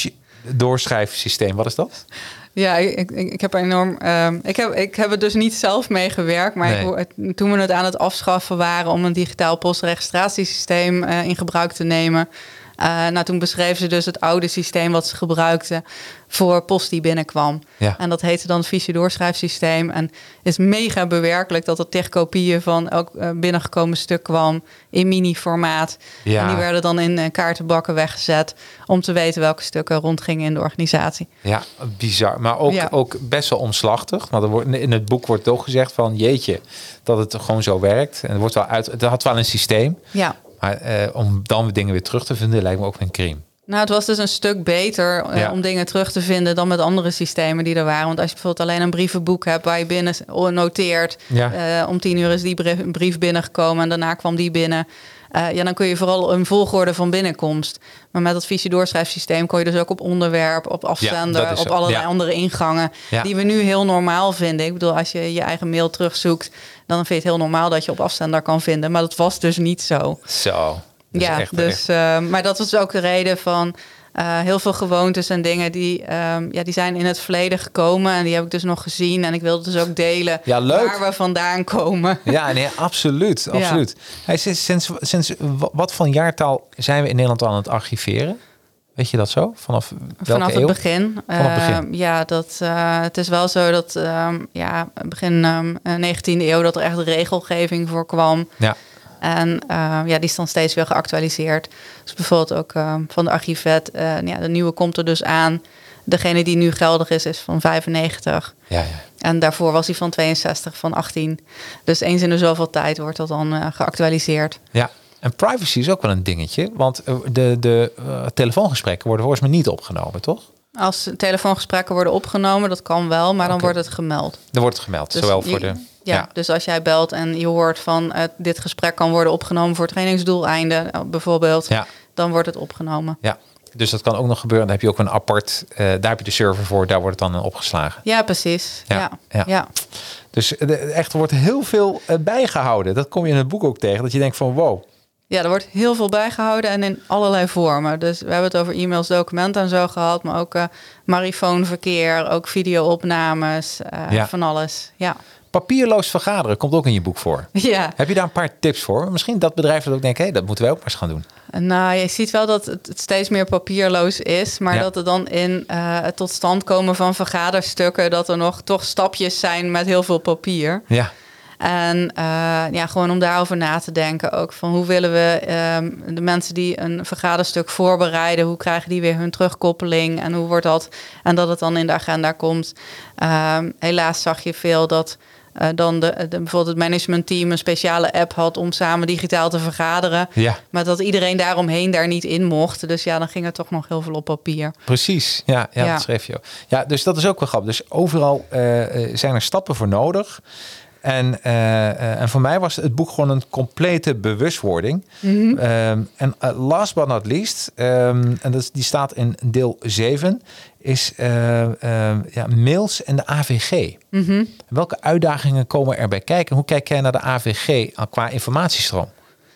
fiche-doorschrijfsysteem. Wat is dat? Ja, ik, ik, ik heb enorm. Uh, ik, heb, ik heb het dus niet zelf meegewerkt, maar nee. ik, toen we het aan het afschaffen waren om een digitaal postregistratiesysteem uh, in gebruik te nemen. Uh, nou, toen beschreven ze dus het oude systeem wat ze gebruikten voor post die binnenkwam. Ja. En dat heette dan het fiche-doorschrijfsysteem. En het is mega bewerkelijk dat er tig kopieën van elk uh, binnengekomen stuk kwam in mini-formaat. Ja. En die werden dan in uh, kaartenbakken weggezet om te weten welke stukken rondgingen in de organisatie. Ja, bizar. Maar ook, ja. ook best wel omslachtig. Want er wordt, in het boek wordt ook gezegd van jeetje, dat het gewoon zo werkt. En er wordt wel uit, het had wel een systeem. Ja. Maar uh, om dan weer dingen weer terug te vinden, lijkt me ook een crime. Nou, het was dus een stuk beter uh, ja. om dingen terug te vinden dan met andere systemen die er waren. Want als je bijvoorbeeld alleen een brievenboek hebt waar je binnen noteert, ja. uh, om tien uur is die brief, brief binnengekomen en daarna kwam die binnen. Uh, ja, dan kun je vooral een volgorde van binnenkomst. Maar met dat fiche-doorschrijfsysteem kon je dus ook op onderwerp, op afzender, ja, op allerlei ja. andere ingangen. Ja. Die we nu heel normaal vinden. Ik bedoel, als je je eigen mail terugzoekt, dan vind je het heel normaal dat je op afzender kan vinden. Maar dat was dus niet zo. Zo. Ja, echt, dus, uh, maar dat was ook de reden van uh, heel veel gewoontes en dingen die, um, ja, die zijn in het verleden gekomen. En die heb ik dus nog gezien. En ik wilde dus ook delen ja, leuk. waar we vandaan komen. Ja, nee, absoluut. absoluut. Ja. Hey, sinds, sinds, sinds wat voor jaartal zijn we in Nederland aan het archiveren? Weet je dat zo? Vanaf welke Vanaf het eeuw? begin. Vanaf het begin. Uh, ja, dat, uh, het is wel zo dat um, ja, begin um, negentiende eeuw dat er echt regelgeving voor kwam. Ja. En uh, ja, die is dan steeds weer geactualiseerd. Dus bijvoorbeeld ook uh, van de archiefwet. Uh, ja, de nieuwe komt er dus aan. Degene die nu geldig is, is van vijfennegentig. Ja, ja. En daarvoor was hij van tweeënzestig, van achttien. Dus eens in de zoveel tijd wordt dat dan uh, geactualiseerd. Ja, en privacy is ook wel een dingetje. Want de, de uh, telefoongesprekken worden volgens mij niet opgenomen, toch? Als telefoongesprekken worden opgenomen, dat kan wel, maar dan okay. wordt het gemeld. Dan wordt het gemeld, dus zowel voor je, de... Ja, ja, dus als jij belt en je hoort van uh, dit gesprek kan worden opgenomen voor trainingsdoeleinden, uh, bijvoorbeeld, ja. dan wordt het opgenomen. Ja, dus dat kan ook nog gebeuren. Dan heb je ook een apart, uh, daar heb je de server voor, daar wordt het dan opgeslagen. Ja, precies. Ja, ja. ja. ja. Dus uh, echt, er wordt heel veel uh, bijgehouden. Dat kom je in het boek ook tegen, dat je denkt van wow. Ja, er wordt heel veel bijgehouden en in allerlei vormen. Dus we hebben het over e-mails, documenten en zo gehad, maar ook uh, marifoonverkeer, ook videoopnames, uh, ja. van alles. Ja. Papierloos vergaderen komt ook in je boek voor. Ja. Heb je daar een paar tips voor? Misschien dat bedrijf dat ook denkt, hé, hey, dat moeten wij ook maar eens gaan doen. Nou, je ziet wel dat het steeds meer papierloos is, maar ja. dat er dan in uh, het tot stand komen van vergaderstukken, dat er nog toch stapjes zijn met heel veel papier. Ja. En uh, ja, gewoon om daarover na te denken ook van hoe willen we um, de mensen die een vergaderstuk voorbereiden, hoe krijgen die weer hun terugkoppeling en hoe wordt dat? En dat het dan in de agenda komt. Um, helaas zag je veel dat uh, dan de, de, bijvoorbeeld het managementteam een speciale app had om samen digitaal te vergaderen. Ja. Maar dat iedereen daaromheen daar niet in mocht. Dus ja, dan ging het toch nog heel veel op papier. Precies, ja, ja, ja. dat schreef je ook. Ja, dus dat is ook wel grappig. Dus overal uh, zijn er stappen voor nodig. En, uh, uh, en voor mij was het boek gewoon een complete bewustwording. Mm-hmm. Um, en uh, last but not least, um, en dat, die staat in deel zeven, is uh, uh, ja, mails en de A V G. Mm-hmm. Welke uitdagingen komen erbij kijken? Hoe kijk jij naar de A V G qua informatiestroom?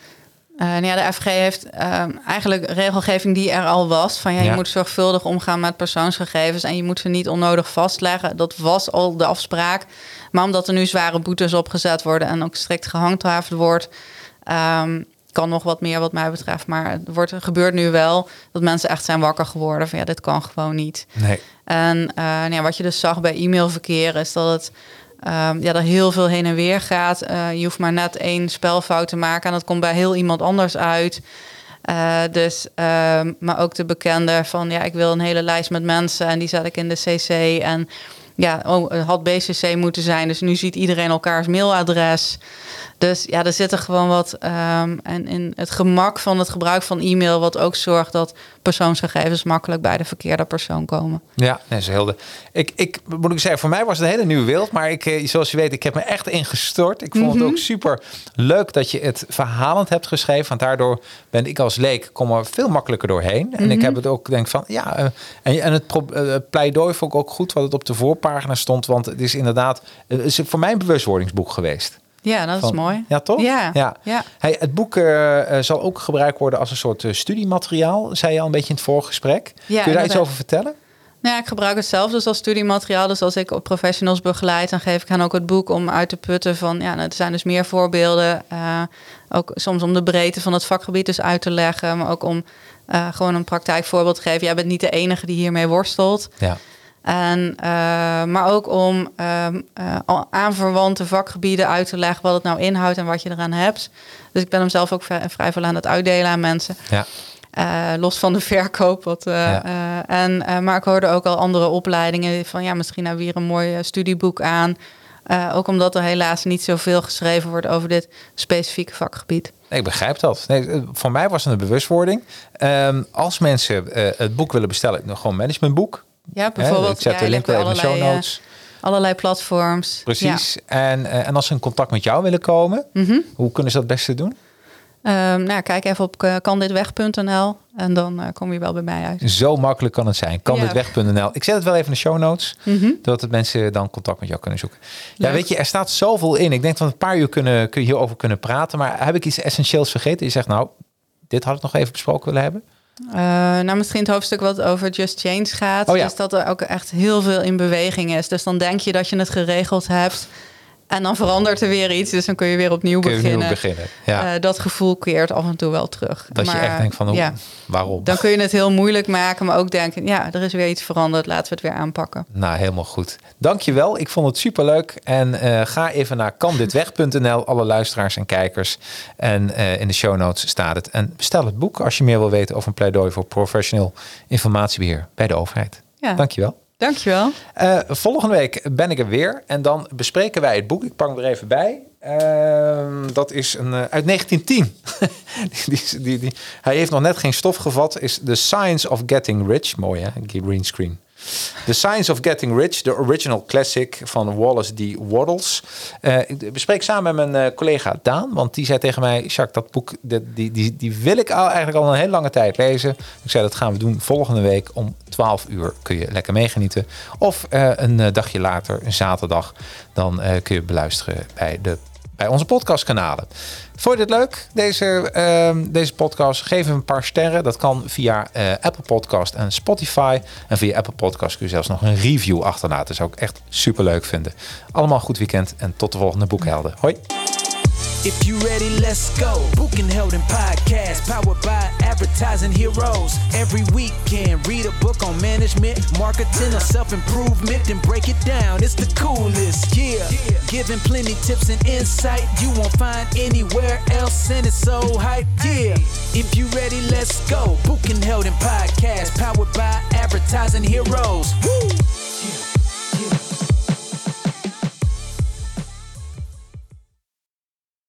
Uh, nou ja, de A V G heeft uh, eigenlijk regelgeving die er al was. Van ja, je ja. moet zorgvuldig omgaan met persoonsgegevens en je moet ze niet onnodig vastleggen. Dat was al de afspraak. Maar omdat er nu zware boetes opgezet worden en ook strikt gehandhaafd wordt, um, kan nog wat meer wat mij betreft. Maar het wordt, gebeurt nu wel dat mensen echt zijn wakker geworden van ja, dit kan gewoon niet. Nee. En uh, nou ja, wat je dus zag bij e-mailverkeer is dat het Um, ja, er heel veel heen en weer gaat. Uh, je hoeft maar net één spelfout te maken en dat komt bij heel iemand anders uit. Uh, dus, um, maar ook de bekende van ja, ik wil een hele lijst met mensen en die zet ik in de C C. En ja, oh, het had B C C moeten zijn. Dus nu ziet iedereen elkaars mailadres. Dus ja, er zit er gewoon wat... Um, en in het gemak van het gebruik van e-mail... wat ook zorgt dat persoonsgegevens makkelijk bij de verkeerde persoon komen. Ja, nee, zo heel de... Ik, ik moet ik zeggen, voor mij was het een hele nieuwe wereld. Maar ik, zoals je weet, ik heb me echt ingestort. Ik vond mm-hmm. het ook super leuk dat je het verhalend hebt geschreven. Want daardoor ben ik als leek kom er veel makkelijker doorheen. Mm-hmm. En ik heb het ook denk van, ja... Uh, en, en het pro, uh, pleidooi vond ik ook goed wat het op de voorpagina stond. Want het is inderdaad... Het is voor mij een bewustwordingsboek geweest. Ja, dat is van, mooi. Ja, toch? Ja. ja. ja. Hey, het boek uh, zal ook gebruikt worden als een soort uh, studiemateriaal, zei je al een beetje in het voorgesprek. Ja, kun je daar iets over vertellen? Nou ja, ik gebruik het zelf dus als studiemateriaal. Dus als ik op professionals begeleid, dan geef ik hen ook het boek om uit te putten van... ja, er zijn dus meer voorbeelden. Uh, ook soms om de breedte van het vakgebied dus uit te leggen. Maar ook om uh, gewoon een praktijkvoorbeeld te geven. Jij bent niet de enige die hiermee worstelt. Ja. En, uh, maar ook om uh, uh, aanverwante vakgebieden uit te leggen... wat het nou inhoudt en wat je eraan hebt. Dus ik ben hem zelf ook vrij veel aan het uitdelen aan mensen. Ja. Uh, los van de verkoop. Wat, uh, ja. uh, en, uh, maar ik hoorde ook al andere opleidingen van... ja, misschien nou weer een mooi studieboek aan. Uh, ook omdat er helaas niet zoveel geschreven wordt over dit specifieke vakgebied. Nee, ik begrijp dat. Nee, voor mij was het een bewustwording. Um, als mensen uh, het boek willen bestellen, gewoon managementboek... Ja, bijvoorbeeld. He, ik zet ja, de link wel in de show notes. Uh, allerlei platforms. Precies. Ja. En, uh, en als ze in contact met jou willen komen, mm-hmm. hoe kunnen ze dat het beste doen? Um, nou, kijk even op uh, kanditweg punt n l en dan uh, kom je wel bij mij uit. Zo makkelijk kan het zijn. kanditweg punt n l. Ik zet het wel even in de show notes, mm-hmm. zodat het mensen dan contact met jou kunnen zoeken. Leuk. Ja, weet je, er staat zoveel in. Ik denk dat we een paar uur kunnen, kun je hierover kunnen praten. Maar heb ik iets essentieels vergeten? Je zegt, nou, dit had ik nog even besproken willen hebben. Uh, nou, misschien het hoofdstuk wat over Just Change gaat. Oh ja. Dus dat er ook echt heel veel in beweging is. Dus dan denk je dat je het geregeld hebt. En dan verandert er weer iets. Dus dan kun je weer opnieuw kun je beginnen. beginnen. Ja. Uh, dat gevoel keert af en toe wel terug. Dat maar, je echt denkt van, hoe, ja. waarom? Dan kun je het heel moeilijk maken. Maar ook denken, ja, er is weer iets veranderd. Laten we het weer aanpakken. Nou, helemaal goed. Dankjewel. Ik vond het superleuk. En uh, ga even naar kanditweg punt n l. Alle luisteraars en kijkers. En uh, in de show notes staat het. En bestel het boek als je meer wil weten over een pleidooi voor professioneel informatiebeheer bij de overheid. Ja. Dankjewel. Dankjewel. Uh, volgende week ben ik er weer. En dan bespreken wij het boek. Ik pak hem er even bij. Uh, dat is een, uh, uit negentien tien. die, die, die, hij heeft nog net geen stof gevat. Is The Science of Getting Rich. Mooi hè, green screen. The Science of Getting Rich, de original classic van Wallace D. Wattles. Uh, ik bespreek samen met mijn uh, collega Daan, want die zei tegen mij, Jacques, dat boek, die, die, die, die wil ik al, eigenlijk al een hele lange tijd lezen. Ik zei, dat gaan we doen volgende week om twaalf uur. Kun je lekker meegenieten. Of uh, een uh, dagje later, een zaterdag, dan uh, kun je beluisteren bij, de, bij onze podcastkanalen. Vond je dit leuk, deze, uh, deze podcast? Geef hem een paar sterren. Dat kan via uh, Apple Podcast en Spotify. En via Apple Podcast kun je zelfs nog een review achterlaten. Dat zou ik echt super leuk vinden. Allemaal een goed weekend en tot de volgende Boekhelden. Hoi! If you ready, let's go. Boekhelden podcast, powered by advertising heroes. Every weekend, read a book on management, marketing, or self-improvement, then break it down. It's the coolest, yeah. Giving plenty tips and insight you won't find anywhere else, and it's so hype, yeah. If you ready, let's go. Boekhelden podcast, powered by advertising heroes. Woo!